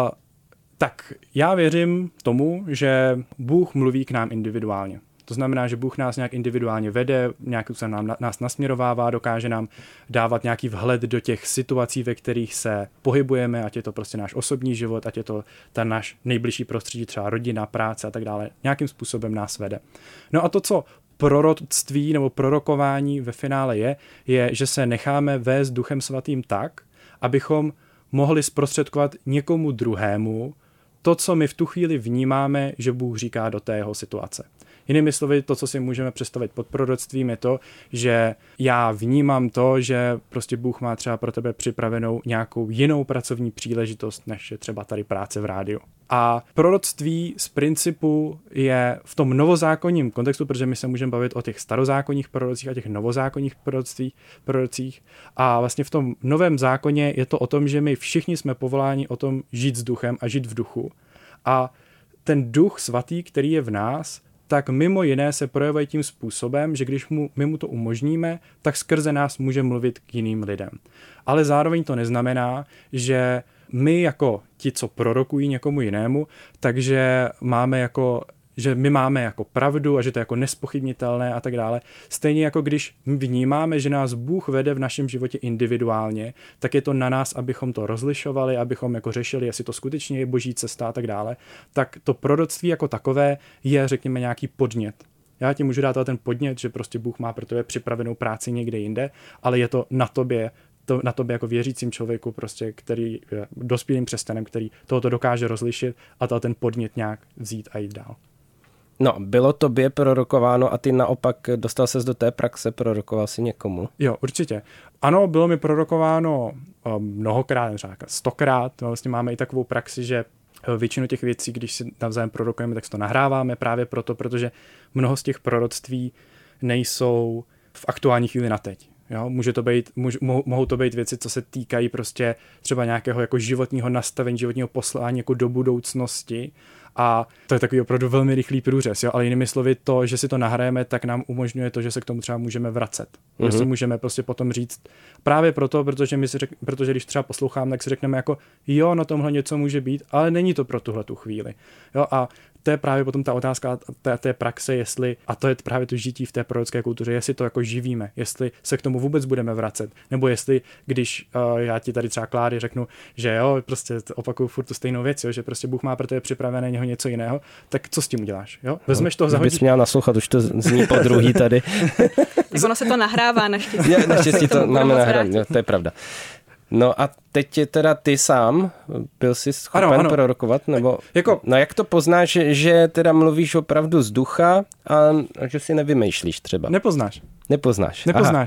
Tak já věřím tomu, že Bůh mluví k nám individuálně. To znamená, že Bůh nás nějak individuálně vede, nějak se nás nasměrovává, dokáže nám dávat nějaký vhled do těch situací, ve kterých se pohybujeme, ať je to prostě náš osobní život, ať je to ten náš nejbližší prostředí, třeba rodina, práce a tak dále. Nějakým způsobem nás vede. No a to, co proroctví nebo prorokování ve finále je, že se necháme vést Duchem Svatým tak, abychom mohli zprostředkovat někomu druhému to, co my v tu chvíli vnímáme, že Bůh říká do té jeho situace. Jinými slovy, to, co si můžeme představit pod proroctvím, je to, že já vnímám to, že prostě Bůh má třeba pro tebe připravenou nějakou jinou pracovní příležitost, než je třeba tady práce v rádiu. A proroctví z principu je v tom novozákonním kontextu, protože my se můžeme bavit o těch starozákonních prorocích a těch novozákonních prorocích. A vlastně v tom novém zákoně je to o tom, že my všichni jsme povoláni o tom žít s duchem a žít v duchu. A ten duch svatý, který je v nás, tak mimo jiné se projevuje tím způsobem, že když my mu to umožníme, tak skrze nás může mluvit k jiným lidem. Ale zároveň to neznamená, že my jako ti, co prorokují někomu jinému, takže my máme jako pravdu a že to je jako nespochybnitelné a tak dále. Stejně jako když vnímáme, že nás Bůh vede v našem životě individuálně, tak je to na nás, abychom to rozlišovali, abychom jako řešili, jestli to skutečně je boží cesta a tak dále. Tak to proroctví jako takové je, řekněme, nějaký podnět. Já ti můžu dát ten podnět, že prostě Bůh má pro tebe připravenou práci někde jinde, ale je to na tobě jako věřícím člověku, prostě, který je dospělým křesťanem, který tohoto dokáže rozlišit a ten podnět nějak vzít a jít dál. No, bylo tobě prorokováno a ty naopak dostal ses do té praxe, prorokoval si někomu? Jo, určitě. Ano, bylo mi prorokováno mnohokrát, třeba 100krát. Vlastně máme i takovou praxi, že většinu těch věcí, když si navzájem prorokujeme, tak si to nahráváme právě proto, protože mnoho z těch proroctví nejsou v aktuální chvíli na teď. Jo, mohou to být věci, co se týkají prostě třeba nějakého jako životního nastavení, životního poslání jako do budoucnosti. A to je takový opravdu velmi rychlý průřez, jo? Ale jinými slovy to, že si to nahrajeme, tak nám umožňuje to, že se k tomu třeba můžeme vracet. Že si můžeme prostě potom říct právě proto, protože když třeba poslouchám, tak si řekneme jako jo, na tomhle něco může být, ale není to pro tuhletu chvíli. Jo? A to je právě potom ta otázka té praxe, jestli, a to je právě to žití v té prorocké kultuře, jestli to jako živíme, jestli se k tomu vůbec budeme vracet, nebo jestli, když já ti tady třeba Kláry řeknu, že jo, prostě opakuju furt tu stejnou věc, jo, že prostě Bůh má pro tebe připravené něco jiného, tak co s tím uděláš, jo? Vezmeš to, zahodíš. Bys měl naslouchat, už to zní po druhý tady. Tak ono se to nahrává naštěstí. Naštěstí to máme nahrané, to je pravda. No a teď je teda ty sám, byl jsi schopen ano. prorokovat, nebo no jak to poznáš, že teda mluvíš opravdu z ducha a že si nevymýšlíš třeba? Nepoznáš.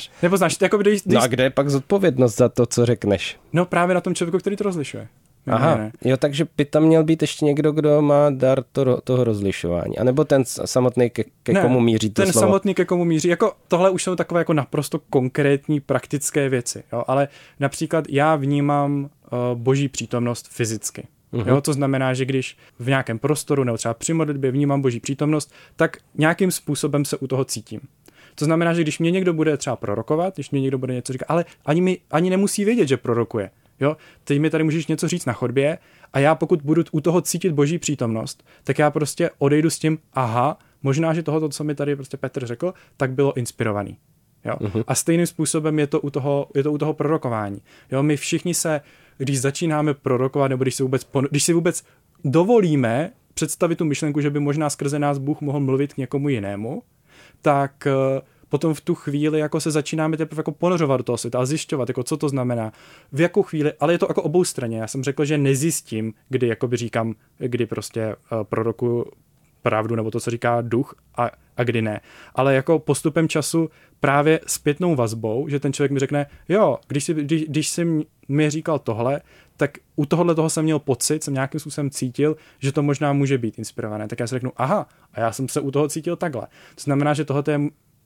Jako když... No a kde je pak zodpovědnost za to, co řekneš? No právě na tom člověku, který to rozlišuje. Aha, jo, takže by tam měl být ještě někdo, kdo má dar toho rozlišování. A nebo ten samotný ke komu míří to slovo? Ten samotný ke komu míří. Jako tohle už jsou takové jako naprosto konkrétní praktické věci. Jo? Ale například já vnímám boží přítomnost fyzicky. Jo? To znamená, že když v nějakém prostoru nebo třeba při modlitbě vnímám boží přítomnost, tak nějakým způsobem se u toho cítím. To znamená, že když mě někdo bude třeba prorokovat, když mě někdo bude něco říkat, ale ani nemusí vědět, že prorokuje. Jo, teď mi tady můžeš něco říct na chodbě a já pokud budu u toho cítit boží přítomnost, tak já prostě odejdu s tím, aha, možná, že tohoto, co mi tady prostě Petr řekl, tak bylo inspirovaný. Jo? A stejným způsobem je to u toho prorokování. Jo? My všichni se, když začínáme prorokovat, nebo když si vůbec dovolíme představit tu myšlenku, že by možná skrze nás Bůh mohl mluvit k někomu jinému, tak potom v tu chvíli jako se začínáme teprve jako ponořovat do toho světa a zjišťovat, jako co to znamená, v jakou chvíli, ale je to jako oboustranně. Já jsem řekl, že nezjistím, kdy jakoby říkám, kdy prostě prorokuju pravdu nebo to, co říká duch a kdy ne. Ale jako postupem času právě zpětnou vazbou, že ten člověk mi řekne, jo, když jsi mi říkal tohle, tak u toho jsem měl pocit, jsem nějakým způsobem cítil, že to možná může být inspirované. Tak já si řeknu, aha, a já jsem se u toho cítil takhle. To znamená, že tohle je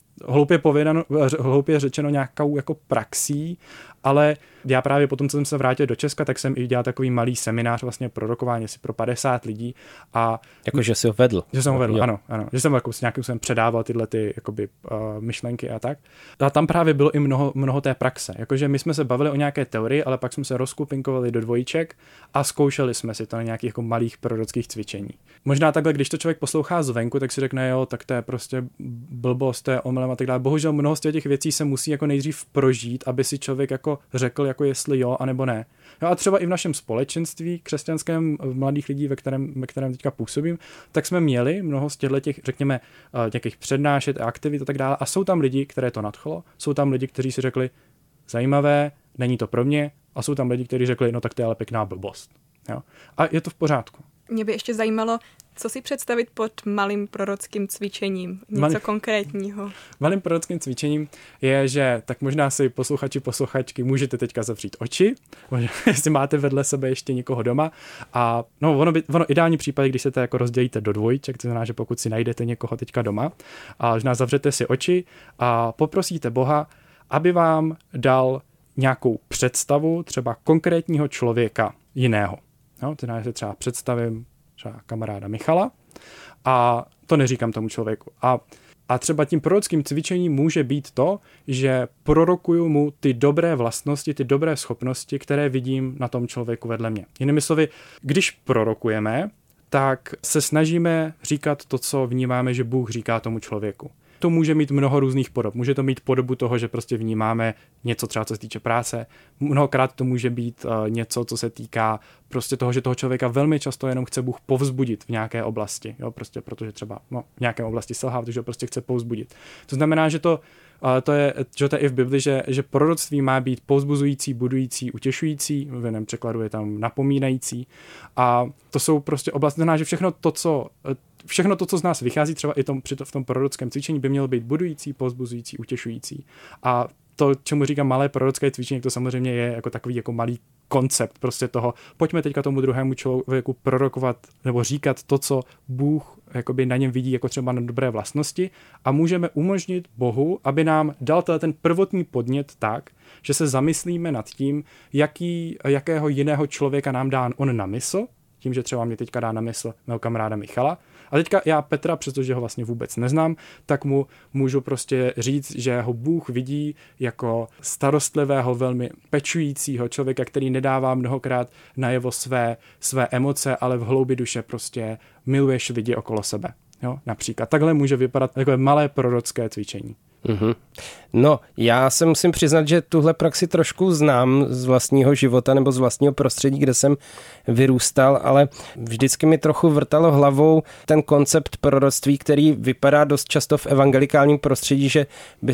hloupě řečeno nějakou jako praxí, ale já právě potom, co jsem se vrátil do Česka, tak jsem i dělal takový malý seminář vlastně prorokování asi pro 50 lidí. A že jsi ho vedl. Že jsem ho vedl, ano. Že jsem jako s nějakým jsem předával tyhle ty jakoby, myšlenky a tak. A tam právě bylo i mnoho té praxe. Jakože my jsme se bavili o nějaké teorii, ale pak jsme se rozkupinkovali do dvojíček a zkoušeli jsme si to na nějakých jako malých prorockých cvičení. Možná takhle, když to člověk poslouchá zvenku, tak si řekne, jo, tak to je prostě blbost, to je omylem a tak dále. Bohužel mnoho z těch věcí se musí jako nejdřív prožít, aby si člověk jako řekl, jako jestli jo, anebo ne. Jo, a třeba i v našem společenství křesťanském mladých lidí, ve kterém teďka působím, tak jsme měli mnoho z těch, řekněme, nějakých přednášek, aktivit a tak dále. A jsou tam lidi, které to nadchlo, jsou tam lidi, kteří si řekli, zajímavé, není to pro mě, a jsou tam lidi, kteří řekli, no tak to je ale pěkná blbost. Jo? A je to v pořádku. Mě by ještě zajímalo, co si představit pod malým prorockým cvičením? Něco konkrétního. Malým prorockým cvičením je, že tak možná si posluchačky můžete teďka zavřít oči, jestli máte vedle sebe ještě někoho doma. A no, ono ideální případ, když se to jako rozdělíte do dvojček, to znamená, že pokud si najdete někoho teďka doma, a možná zavřete si oči a poprosíte Boha, aby vám dal nějakou představu třeba konkrétního člověka jiného. No, to znamená, že třeba představím třeba kamaráda Michala a to neříkám tomu člověku. A třeba tím prorockým cvičením může být to, že prorokuju mu ty dobré vlastnosti, ty dobré schopnosti, které vidím na tom člověku vedle mě. Jinými slovy, když prorokujeme, tak se snažíme říkat to, co vnímáme, že Bůh říká tomu člověku. To může mít mnoho různých podob. Může to mít podobu toho, že prostě vnímáme něco třeba, co se týče práce. Mnohokrát to může být něco, co se týká prostě toho, že toho člověka velmi často jenom chce Bůh povzbudit v nějaké oblasti. Jo, prostě protože třeba v nějaké oblasti selhá, protože ho prostě chce povzbudit. To znamená, že to je i v Bibli, že proroctví má být povzbuzující, budující, utěšující, v jiném překladu je tam napomínající. A to jsou prostě oblasti, znamená, že všechno to, co z nás vychází třeba i v tom prorockém cvičení, by mělo být budující, povzbuzující, utěšující. A to, čemu říkám malé prorocké cvičení, to samozřejmě je jako takový jako malý koncept prostě toho, pojďme teďka tomu druhému člověku prorokovat nebo říkat to, co Bůh jakoby na něm vidí jako třeba na dobré vlastnosti a můžeme umožnit Bohu, aby nám dal ten prvotní podnět tak, že se zamyslíme nad tím, jakého jiného člověka nám dá on na mysl, tím, že třeba mě teďka dá na mysl mého kamaráda Michala. A teďka já Petra, přestože ho vlastně vůbec neznám, tak mu můžu prostě říct, že ho Bůh vidí jako starostlivého, velmi pečujícího člověka, který nedává mnohokrát najevo své emoce, ale v hloubi duše prostě miluješ lidi okolo sebe. Jo? Například takhle může vypadat takové malé prorocké cvičení. Mm-hmm. No, já se musím přiznat, že tuhle praxi trošku znám z vlastního života nebo z vlastního prostředí, kde jsem vyrůstal, ale vždycky mi trochu vrtalo hlavou ten koncept proroctví, který vypadá dost často v evangelikálním prostředí, že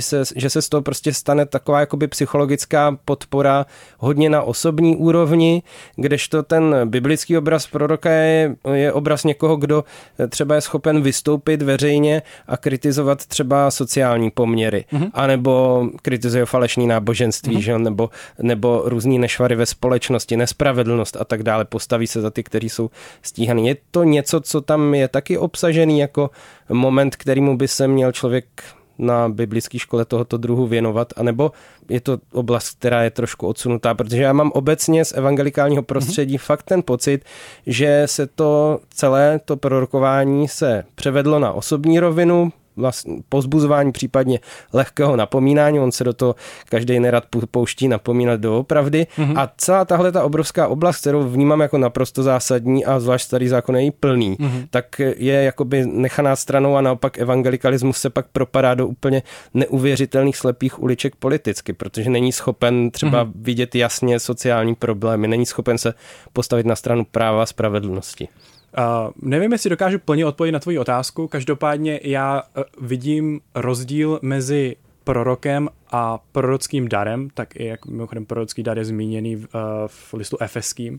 se z toho prostě stane taková jakoby psychologická podpora hodně na osobní úrovni, kdežto ten biblický obraz proroka je obraz někoho, kdo třeba je schopen vystoupit veřejně a kritizovat třeba sociální poměry, anebo kritizuje falešný náboženství, že? Nebo různý nešvary ve společnosti, nespravedlnost a tak dále, postaví se za ty, kteří jsou stíhaný. Je to něco, co tam je taky obsažený jako moment, kterému by se měl člověk na biblické škole tohoto druhu věnovat, anebo je to oblast, která je trošku odsunutá, protože já mám obecně z evangelikálního prostředí fakt ten pocit, že se to celé to prorokování se převedlo na osobní rovinu, vlastně povzbuzování, případně lehkého napomínání, on se do toho každý nerad pouští napomínat doopravdy a celá tahle ta obrovská oblast, kterou vnímám jako naprosto zásadní a zvlášť Starý zákon je jí plný, tak je jakoby nechaná stranou a naopak evangelikalismus se pak propadá do úplně neuvěřitelných slepých uliček politicky, protože není schopen třeba vidět jasně sociální problémy, není schopen se postavit na stranu práva a spravedlnosti. Nevím, jestli dokážu plně odpovědět na tvoji otázku, každopádně já vidím rozdíl mezi prorokem a prorockým darem, tak i jak mimochodem prorocký dar je zmíněný v listu Efeským.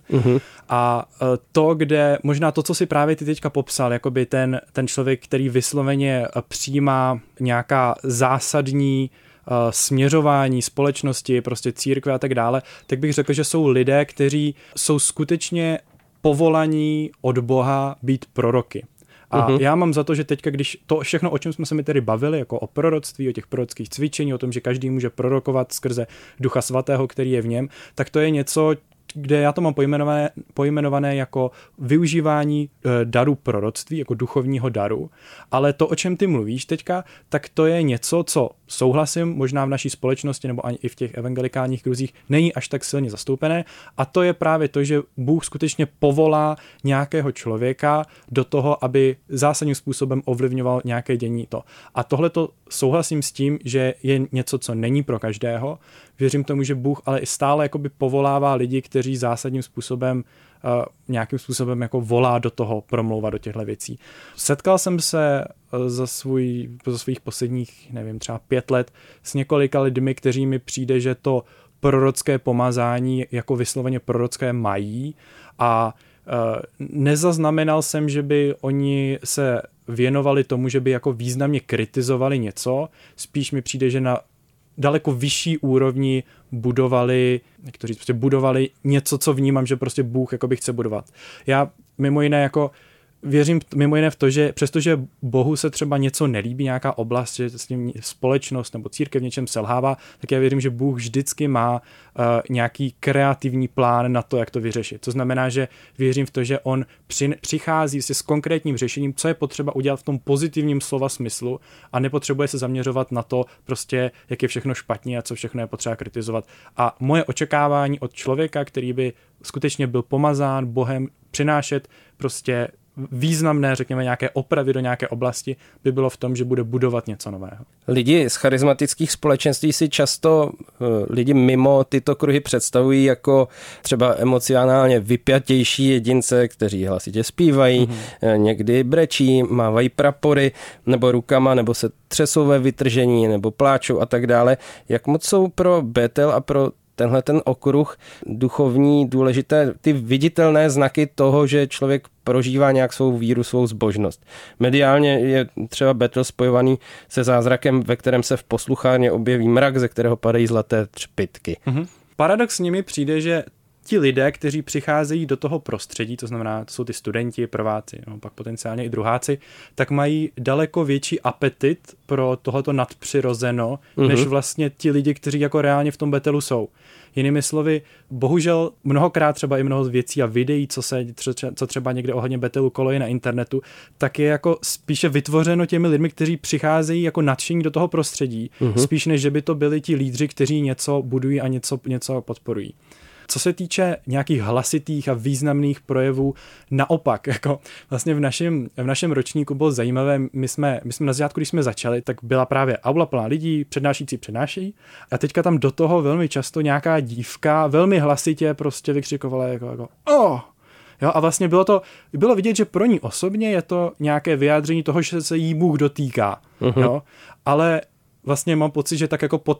A to, kde možná to, co si právě ty teďka popsal, jakoby ten člověk, který vysloveně přijímá nějaká zásadní směřování společnosti, prostě církve a tak dále, tak bych řekl, že jsou lidé, kteří jsou skutečně povolaní od Boha být proroky. A já mám za to, že teďka, když to všechno, o čem jsme se mi tedy bavili, jako o proroctví, o těch prorockých cvičení, o tom, že každý může prorokovat skrze Ducha Svatého, který je v něm, tak to je něco, kde já to mám pojmenované jako využívání daru proroctví, jako duchovního daru, ale to, o čem ty mluvíš teďka, tak to je něco, co souhlasím, možná v naší společnosti nebo ani i v těch evangelikálních kruzích není až tak silně zastoupené, a to je právě to, že Bůh skutečně povolá nějakého člověka do toho, aby zásadním způsobem ovlivňoval nějaké dění to. A tohle to souhlasím s tím, že je něco, co není pro každého. Věřím tomu, že Bůh ale i stále jakoby povolává lidi, kteří zásadním způsobem nějakým způsobem jako volá do toho promlouvat do těchto věcí. Setkal jsem se za svých posledních, nevím, třeba 5 let s několika lidmi, kteří mi přijde, že to prorocké pomazání jako vysloveně prorocké mají, a nezaznamenal jsem, že by oni se věnovali tomu, že by jako významně kritizovali něco. Spíš mi přijde, že na daleko vyšší úrovni budovali něco, co vnímám, že prostě Bůh jakoby chce budovat. Já mimo jiné jako věřím mimo jiné v to, že přestože Bohu se třeba něco nelíbí, nějaká oblast, že s ním společnost nebo církev v něčem selhává, tak já věřím, že Bůh vždycky má nějaký kreativní plán na to, jak to vyřešit. To znamená, že věřím v to, že on přichází s konkrétním řešením, co je potřeba udělat v tom pozitivním slova smyslu, a nepotřebuje se zaměřovat na to, prostě, jak je všechno špatně a co všechno je potřeba kritizovat. A moje očekávání od člověka, který by skutečně byl pomazán Bohem, přinášet prostě významné, řekněme, nějaké opravy do nějaké oblasti, by bylo v tom, že bude budovat něco nového. Lidi z charismatických společenství si často lidi mimo tyto kruhy představují jako třeba emocionálně vypjatější jedince, kteří hlasitě zpívají, někdy brečí, mávají prapory nebo rukama, nebo se třesou ve vytržení, nebo pláčou a tak dále. Jak moc jsou pro Bethel a pro tenhle ten okruh duchovní důležité ty viditelné znaky toho, že člověk prožívá nějak svou víru, svou zbožnost. Mediálně je třeba Bethel spojovaný se zázrakem, ve kterém se v posluchárně objeví mrak, ze kterého padají zlaté třpytky. Paradoxně mi přijde, že ti lidé, kteří přicházejí do toho prostředí, to znamená, to jsou ty studenti, prváci, no, pak potenciálně i druháci, tak mají daleko větší apetit pro tohleto nadpřirozeno, než vlastně ti lidi, kteří jako reálně v tom Bethelu jsou. Jinými slovy, bohužel mnohokrát třeba i mnoho věcí a videí, co třeba někde ohledně Bethelu kolojí na internetu, tak je jako spíše vytvořeno těmi lidmi, kteří přicházejí jako nadšení do toho prostředí, spíš než že by to byli ti lídři, kteří něco budují a něco podporují. Co se týče nějakých hlasitých a významných projevů, naopak, jako vlastně v našem ročníku bylo zajímavé, my jsme na začátku, když jsme začali, tak byla právě aula plná lidí, přednášící přednášejí, a teďka tam do toho velmi často nějaká dívka velmi hlasitě prostě vykřikovala jako oh! Jo, a vlastně bylo vidět, že pro ní osobně je to nějaké vyjádření toho, že se jí Bůh dotýká. Jo? Ale vlastně mám pocit, že tak jako po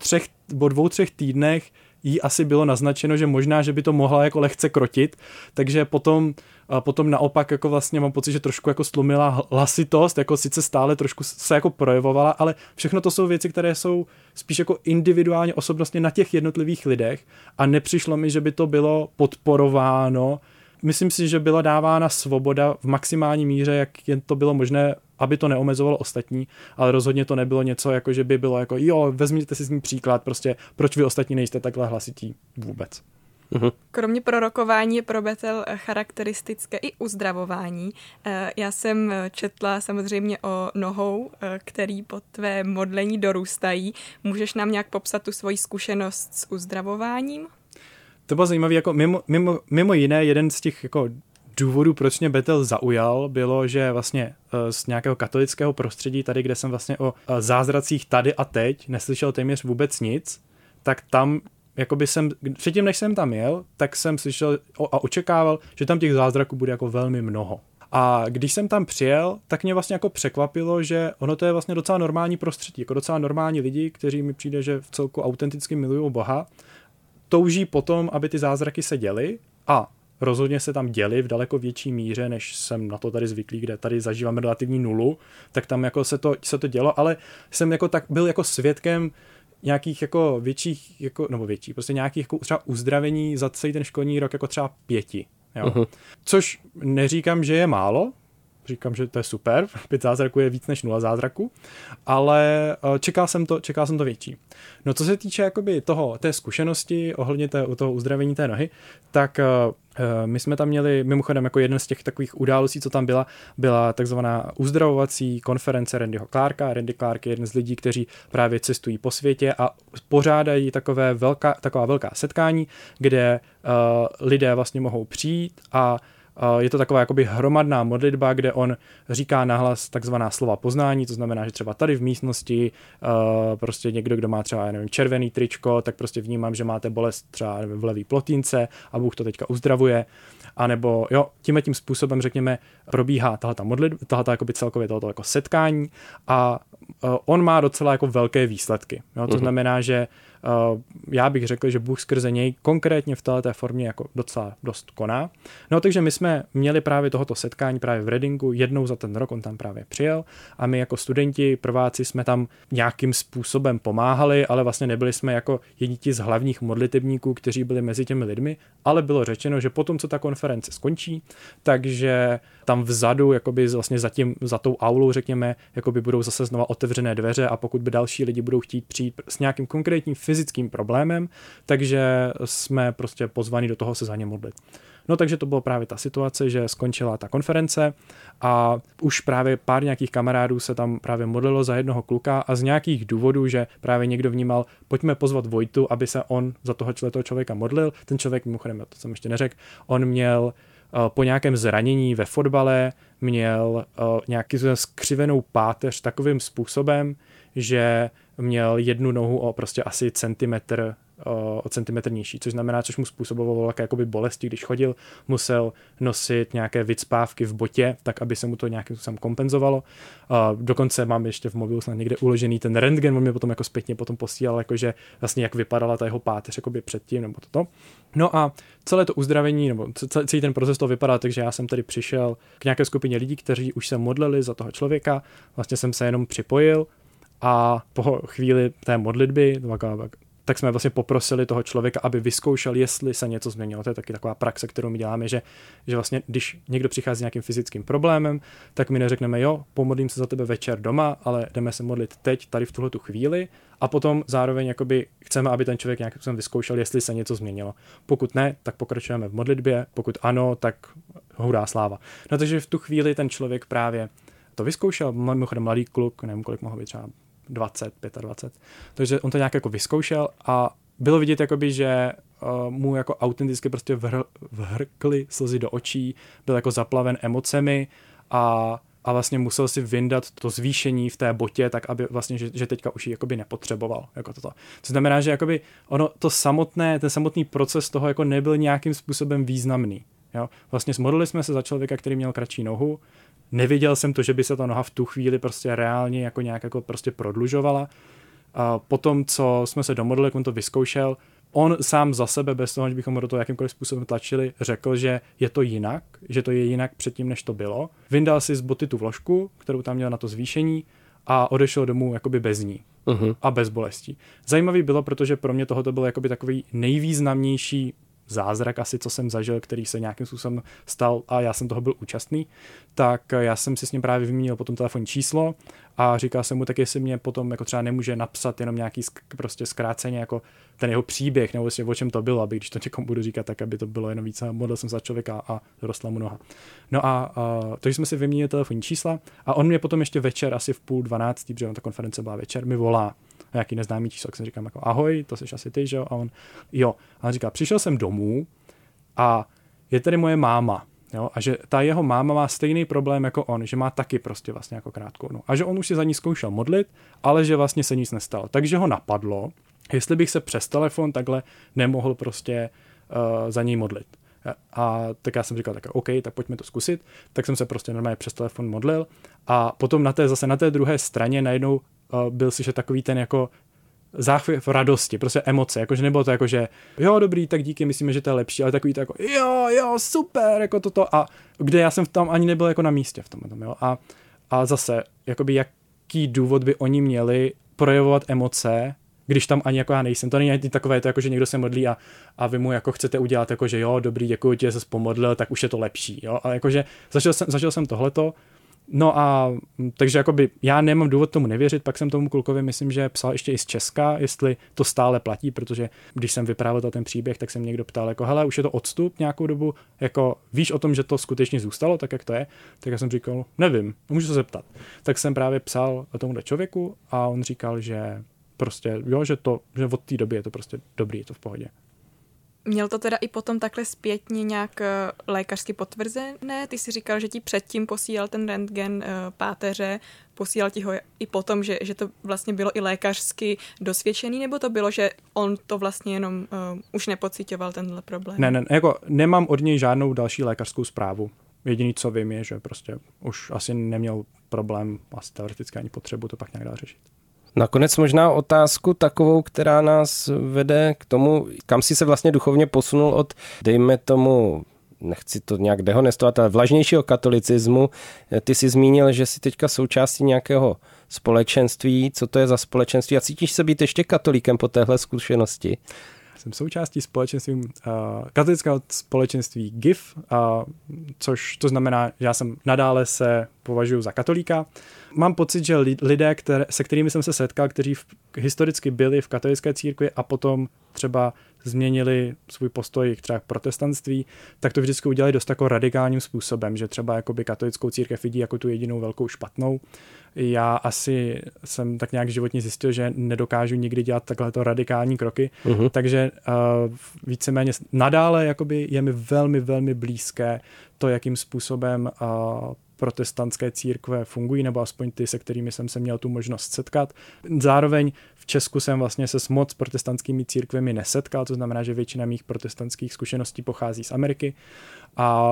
2-3 týdnech jí asi bylo naznačeno, že možná, že by to mohla jako lehce krotit, takže potom naopak jako vlastně mám pocit, že trošku jako slumila hlasitost, jako sice stále trošku se jako projevovala, ale všechno to jsou věci, které jsou spíš jako individuálně osobnostně na těch jednotlivých lidech, a nepřišlo mi, že by to bylo podporováno. Myslím si, že byla dávána svoboda v maximální míře, jak jen to bylo možné, aby to neomezovalo ostatní, ale rozhodně to nebylo něco, jako že by bylo jako jo, vezměte si z ní příklad, prostě proč vy ostatní nejste takhle hlasití vůbec. Kromě prorokování je pro Bethel charakteristické i uzdravování. Já jsem četla samozřejmě o nohou, který po tvé modlení dorůstají. Můžeš nám nějak popsat tu svoji zkušenost s uzdravováním? To bylo zajímavé, jako mimo jiné, jeden z těch jako důvodů, proč mě Bethel zaujal, bylo, že vlastně z nějakého katolického prostředí, tady, kde jsem vlastně o zázracích tady a teď neslyšel téměř vůbec nic, tak tam jakoby předtím, než jsem tam jel, tak jsem slyšel a očekával, že tam těch zázraků bude jako velmi mnoho. A když jsem tam přijel, tak mě vlastně jako překvapilo, že ono to je vlastně docela normální prostředí, jako docela normální lidi, kteří mi přijde, že v celku autenticky milují Boha, touží potom, aby ty zázraky se děly, a rozhodně se tam děly v daleko větší míře, než jsem na to tady zvyklý, kde tady zažíváme relativní nulu, tak tam jako se to dělo, ale jsem jako tak byl jako svědkem nějakých jako větších, jako, nebo větší, prostě nějakých jako třeba uzdravení za celý ten školní rok jako třeba 5. Jo. Což neříkám, že je málo, říkám, že to je super, 5 zázraků je víc než 0 zázraků, ale čekal jsem to větší. No co se týče jakoby té zkušenosti ohledně toho uzdravení té nohy, tak my jsme tam měli, mimochodem jako jeden z těch takových událostí, co tam byla takzvaná uzdravovací konference Randyho Clarka. Randy Clark je jeden z lidí, kteří právě cestují po světě a pořádají taková velká setkání, kde lidé vlastně mohou přijít a je to taková jakoby hromadná modlitba, kde on říká nahlas takzvaná slova poznání, to znamená, že třeba tady v místnosti prostě někdo, kdo má třeba, nevím, červený tričko, tak prostě vnímám, že máte bolest třeba v levý plotínce a Bůh to teďka uzdravuje. A nebo jo, tím způsobem, řekněme, probíhá tahleta modlitba, tahleta jakoby celkově tohoto jako setkání a on má docela jako velké výsledky. Jo? To znamená, že já bych řekl, že Bůh skrze něj konkrétně v této formě jako docela dost koná. No takže my jsme měli právě tohoto setkání právě v Readingu, jednou za ten rok on tam právě přijel a my jako studenti, prváci jsme tam nějakým způsobem pomáhali, ale vlastně nebyli jsme jako jedni z hlavních modlitebníků, kteří byli mezi těmi lidmi, ale bylo řečeno, že potom, co ta konference skončí, takže tam vzadu, jakoby vlastně za tou aulou, řekněme, jakoby budou zase znova otevřené dveře a pokud by další lidi budou chtít přijít s nějakým konkrétním fyzickým problémem, takže jsme prostě pozvaní do toho se za ně modlit. No takže to byla právě ta situace, že skončila ta konference a už právě pár nějakých kamarádů se tam právě modlilo za jednoho kluka a z nějakých důvodů, že právě někdo vnímal, pojďme pozvat Vojtu, aby se on za toho člověka modlil. Ten člověk, mimochodem, to jsem ještě neřekl, on měl po nějakém zranění ve fotbale, měl nějaký skřivenou páteř takovým způsobem, že měl jednu nohu o prostě asi o centimetr nižší, což znamená, což mu způsobovalo velké jakoby bolesti, když chodil, musel nosit nějaké vycpávky v botě, tak aby se mu to nějakým způsobem kompenzovalo. Dokonce mám ještě v mobilu snad někde uložený ten rentgen, on mě potom jako zpětně potom posílal, jakože vlastně jak vypadala ta jeho páteř jakoby předtím nebo toto. No a celé to uzdravení, nebo celý ten proces to vypadá, takže já jsem tady přišel k nějaké skupině lidí, kteří už se modlili za toho člověka, vlastně jsem se jenom připojil a po chvíli té modlitby, tak jsme vlastně poprosili toho člověka, aby vyzkoušel, jestli se něco změnilo. To je taky taková praxe, kterou my děláme, že vlastně, když někdo přichází s nějakým fyzickým problémem, tak my neřekneme, jo, pomodlím se za tebe večer doma, ale jdeme se modlit teď, tady v tuhletu chvíli a potom zároveň jakoby chceme, aby ten člověk nějakým způsobem vyzkoušel, jestli se něco změnilo. Pokud ne, tak pokračujeme v modlitbě, pokud ano, tak hurá sláva. No takže v tu chvíli ten člověk právě to vyzkoušel, mimochodem mladý kluk, nevím, kolik mohl být, třeba 20, 25. Takže on to nějak jako vyzkoušel a bylo vidět, jakoby, že mu jako autenticky prostě vhrkly slzy do očí, byl jako zaplaven emocemi a vlastně musel si vyndat to zvýšení v té botě, tak aby vlastně, že teďka už ji jakoby nepotřeboval. Jako toto. To znamená, že jakoby ten samotný proces toho jako nebyl nějakým způsobem významný. Jo? Vlastně modlili jsme se za člověka, který měl kratší nohu. Neviděl jsem to, že by se ta noha v tu chvíli prostě reálně jako nějak jako prostě prodlužovala. A potom, co jsme se domodlili, jak on to vyzkoušel, on sám za sebe, bez toho, že bychom ho do toho jakýmkoliv způsobem tlačili, řekl, že je to jinak, že to je jinak předtím, než to bylo. Vyndal si z boty tu vložku, kterou tam měl na to zvýšení a odešel domů jakoby bez ní a bez bolestí. Zajímavý bylo, protože pro mě tohoto byl jakoby takový nejvýznamnější zázrak asi, co jsem zažil, který se nějakým způsobem stal a já jsem toho byl účastný, tak já jsem si s ním právě vyměnil potom telefonní číslo a říkal jsem mu, tak jestli mě potom jako třeba nemůže napsat jenom nějaký prostě zkráceně jako ten jeho příběh, nebo vlastně o čem to bylo, aby když to někomu budu říkat, tak aby to bylo jenom více, modlil jsem za člověka a rostla mu noha. No a takže jsme si vyměnili telefonní čísla a on mě potom ještě večer asi v 11:30, protože ta konference byla večer, mi volá nějaký neznámý číslo, tak jsem říkám jako ahoj, to jsi asi ty, že jo? A on jo. A on říká, přišel jsem domů a je tady moje máma, jo? A že ta jeho máma má stejný problém jako on, že má taky prostě vlastně jako krátkou nohu. A že on už si za ní zkoušel modlit, ale že vlastně se nic nestalo. Takže ho napadlo, jestli bych se přes telefon takhle nemohl prostě za něj modlit. A tak já jsem říkal, tak OK, tak pojďme to zkusit. Tak jsem se prostě normálně přes telefon modlil a potom na té druhé straně najednou byl si, že takový ten jako záchvěv radosti, prostě emoce, jakože nebylo to jako, že jo, dobrý, tak díky, myslíme, že to je lepší, ale takový to jako jo, super, jako toto a kde já jsem tam ani nebyl jako na místě v tom, jo, a zase, jakoby jaký důvod by oni měli projevovat emoce, když tam ani jako já nejsem. To není ani takové, to jako, že někdo se modlí a vy mu jako chcete udělat, jako, že jo, dobrý, děkuji ti, že jsi pomodlil, tak už je to lepší. Jo? A jakože zažil jsem tohleto. No a takže jakoby já nemám důvod tomu nevěřit, pak jsem tomu klukovi myslím, že psal ještě i z Česka, jestli to stále platí, protože když jsem vyprávěl ten příběh, tak jsem někdo ptal jako hele, už je to odstup nějakou dobu, jako víš o tom, že to skutečně zůstalo, tak jak to je? Tak já jsem říkal, nevím, můžu se zeptat. Tak jsem právě psal tomuhle člověku a on říkal, že prostě jo, že od té doby je to prostě dobrý, je to v pohodě. Měl to teda i potom takhle zpětně nějak lékařsky potvrzené? Ty jsi říkal, že ti předtím posílal ten rentgen páteře, posílal ti ho i potom, že to vlastně bylo i lékařsky dosvědčený, nebo to bylo, že on to vlastně jenom už nepociťoval tenhle problém? Ne, jako nemám od něj žádnou další lékařskou zprávu. Jediný, co vím, je, že prostě už asi neměl problém, asi teoreticky ani potřebu to pak nějak dál řešit. Nakonec možná otázku takovou, která nás vede k tomu, kam si se vlastně duchovně posunul od, dejme tomu, nechci to nějak dehonestovat, ale vlažnějšího katolicismu. Ty jsi zmínil, že jsi teďka součástí nějakého společenství. Co to je za společenství? A cítíš se být ještě katolíkem po téhle zkušenosti? Jsem součástí společenství, katolického společenství GIF, což to znamená, že já jsem nadále se považuji za katolíka. Mám pocit, že lidé, se kterými jsem se setkal, kteří historicky byli v katolické církvi a potom třeba změnili svůj postoj třeba k protestantství, tak to vždycky udělali dost jako radikálním způsobem, že třeba jakoby katolickou církev vidí jako tu jedinou velkou špatnou. Já asi jsem tak nějak životně zjistil, že nedokážu nikdy dělat takhleto radikální kroky, takže víceméně nadále jakoby je mi velmi, velmi blízké to, jakým způsobem protestantské církve fungují, nebo aspoň ty, se kterými jsem se měl tu možnost setkat. Zároveň v Česku jsem vlastně se s moc protestantskými církvemi nesetkal, to znamená, že většina mých protestantských zkušeností pochází z Ameriky a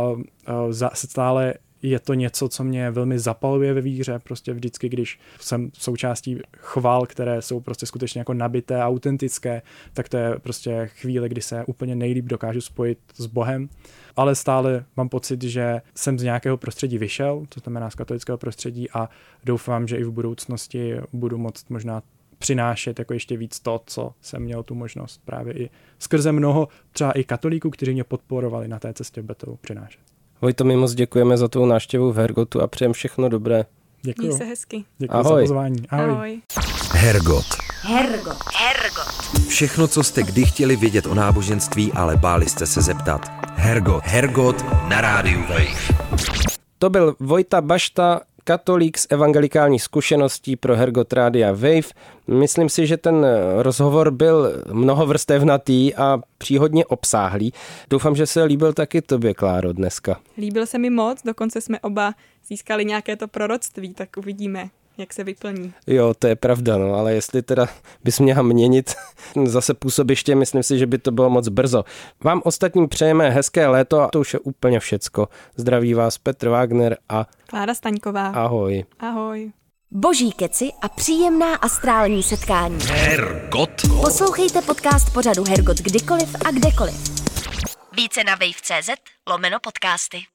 stále je to něco, co mě velmi zapaluje ve víře, prostě vždycky, když jsem součástí chval, které jsou prostě skutečně jako nabité, autentické, tak to je prostě chvíle, kdy se úplně nejlíp dokážu spojit s Bohem, ale stále mám pocit, že jsem z nějakého prostředí vyšel, to znamená z katolického prostředí a doufám, že i v budoucnosti budu moct možná přinášet jako ještě víc to, co jsem měl tu možnost právě i skrze mnoho třeba i katolíků, kteří mě podporovali na té cestě v Bethelu přinášet. Vojto, my moc děkujeme za tvou návštěvu v Hergotu a přejem všechno dobré. Děkuji. Měj se hezky. Děkuji za pozvání. Ahoj. Hergot. Hergot. Všechno, co jste kdy chtěli vědět o náboženství, ale báli jste se zeptat. Hergot na rádiu Wave. To byl Vojta Bašta, katolík s evangelikální zkušeností pro Hergot Rádia Wave. Myslím si, že ten rozhovor byl mnohovrstevnatý a příhodně obsáhlý. Doufám, že se líbil taky tobě, Kláro, dneska. Líbil se mi moc, dokonce jsme oba získali nějaké to proroctví, tak uvidíme, jak se vyplní. Jo, to je pravda, no, ale jestli teda bys měla měnit zase působiště, myslím si, že by to bylo moc brzo. Vám ostatním přejeme hezké léto a to už je úplně všecko. Zdraví vás Petr Wagner a Klára Staňková. Ahoj. Ahoj. Boží keci a příjemná astrální setkání. Hergot. Poslouchejte podcast pořadu Hergot kdykoliv a kdekoliv. Více na wave.cz/podcasty.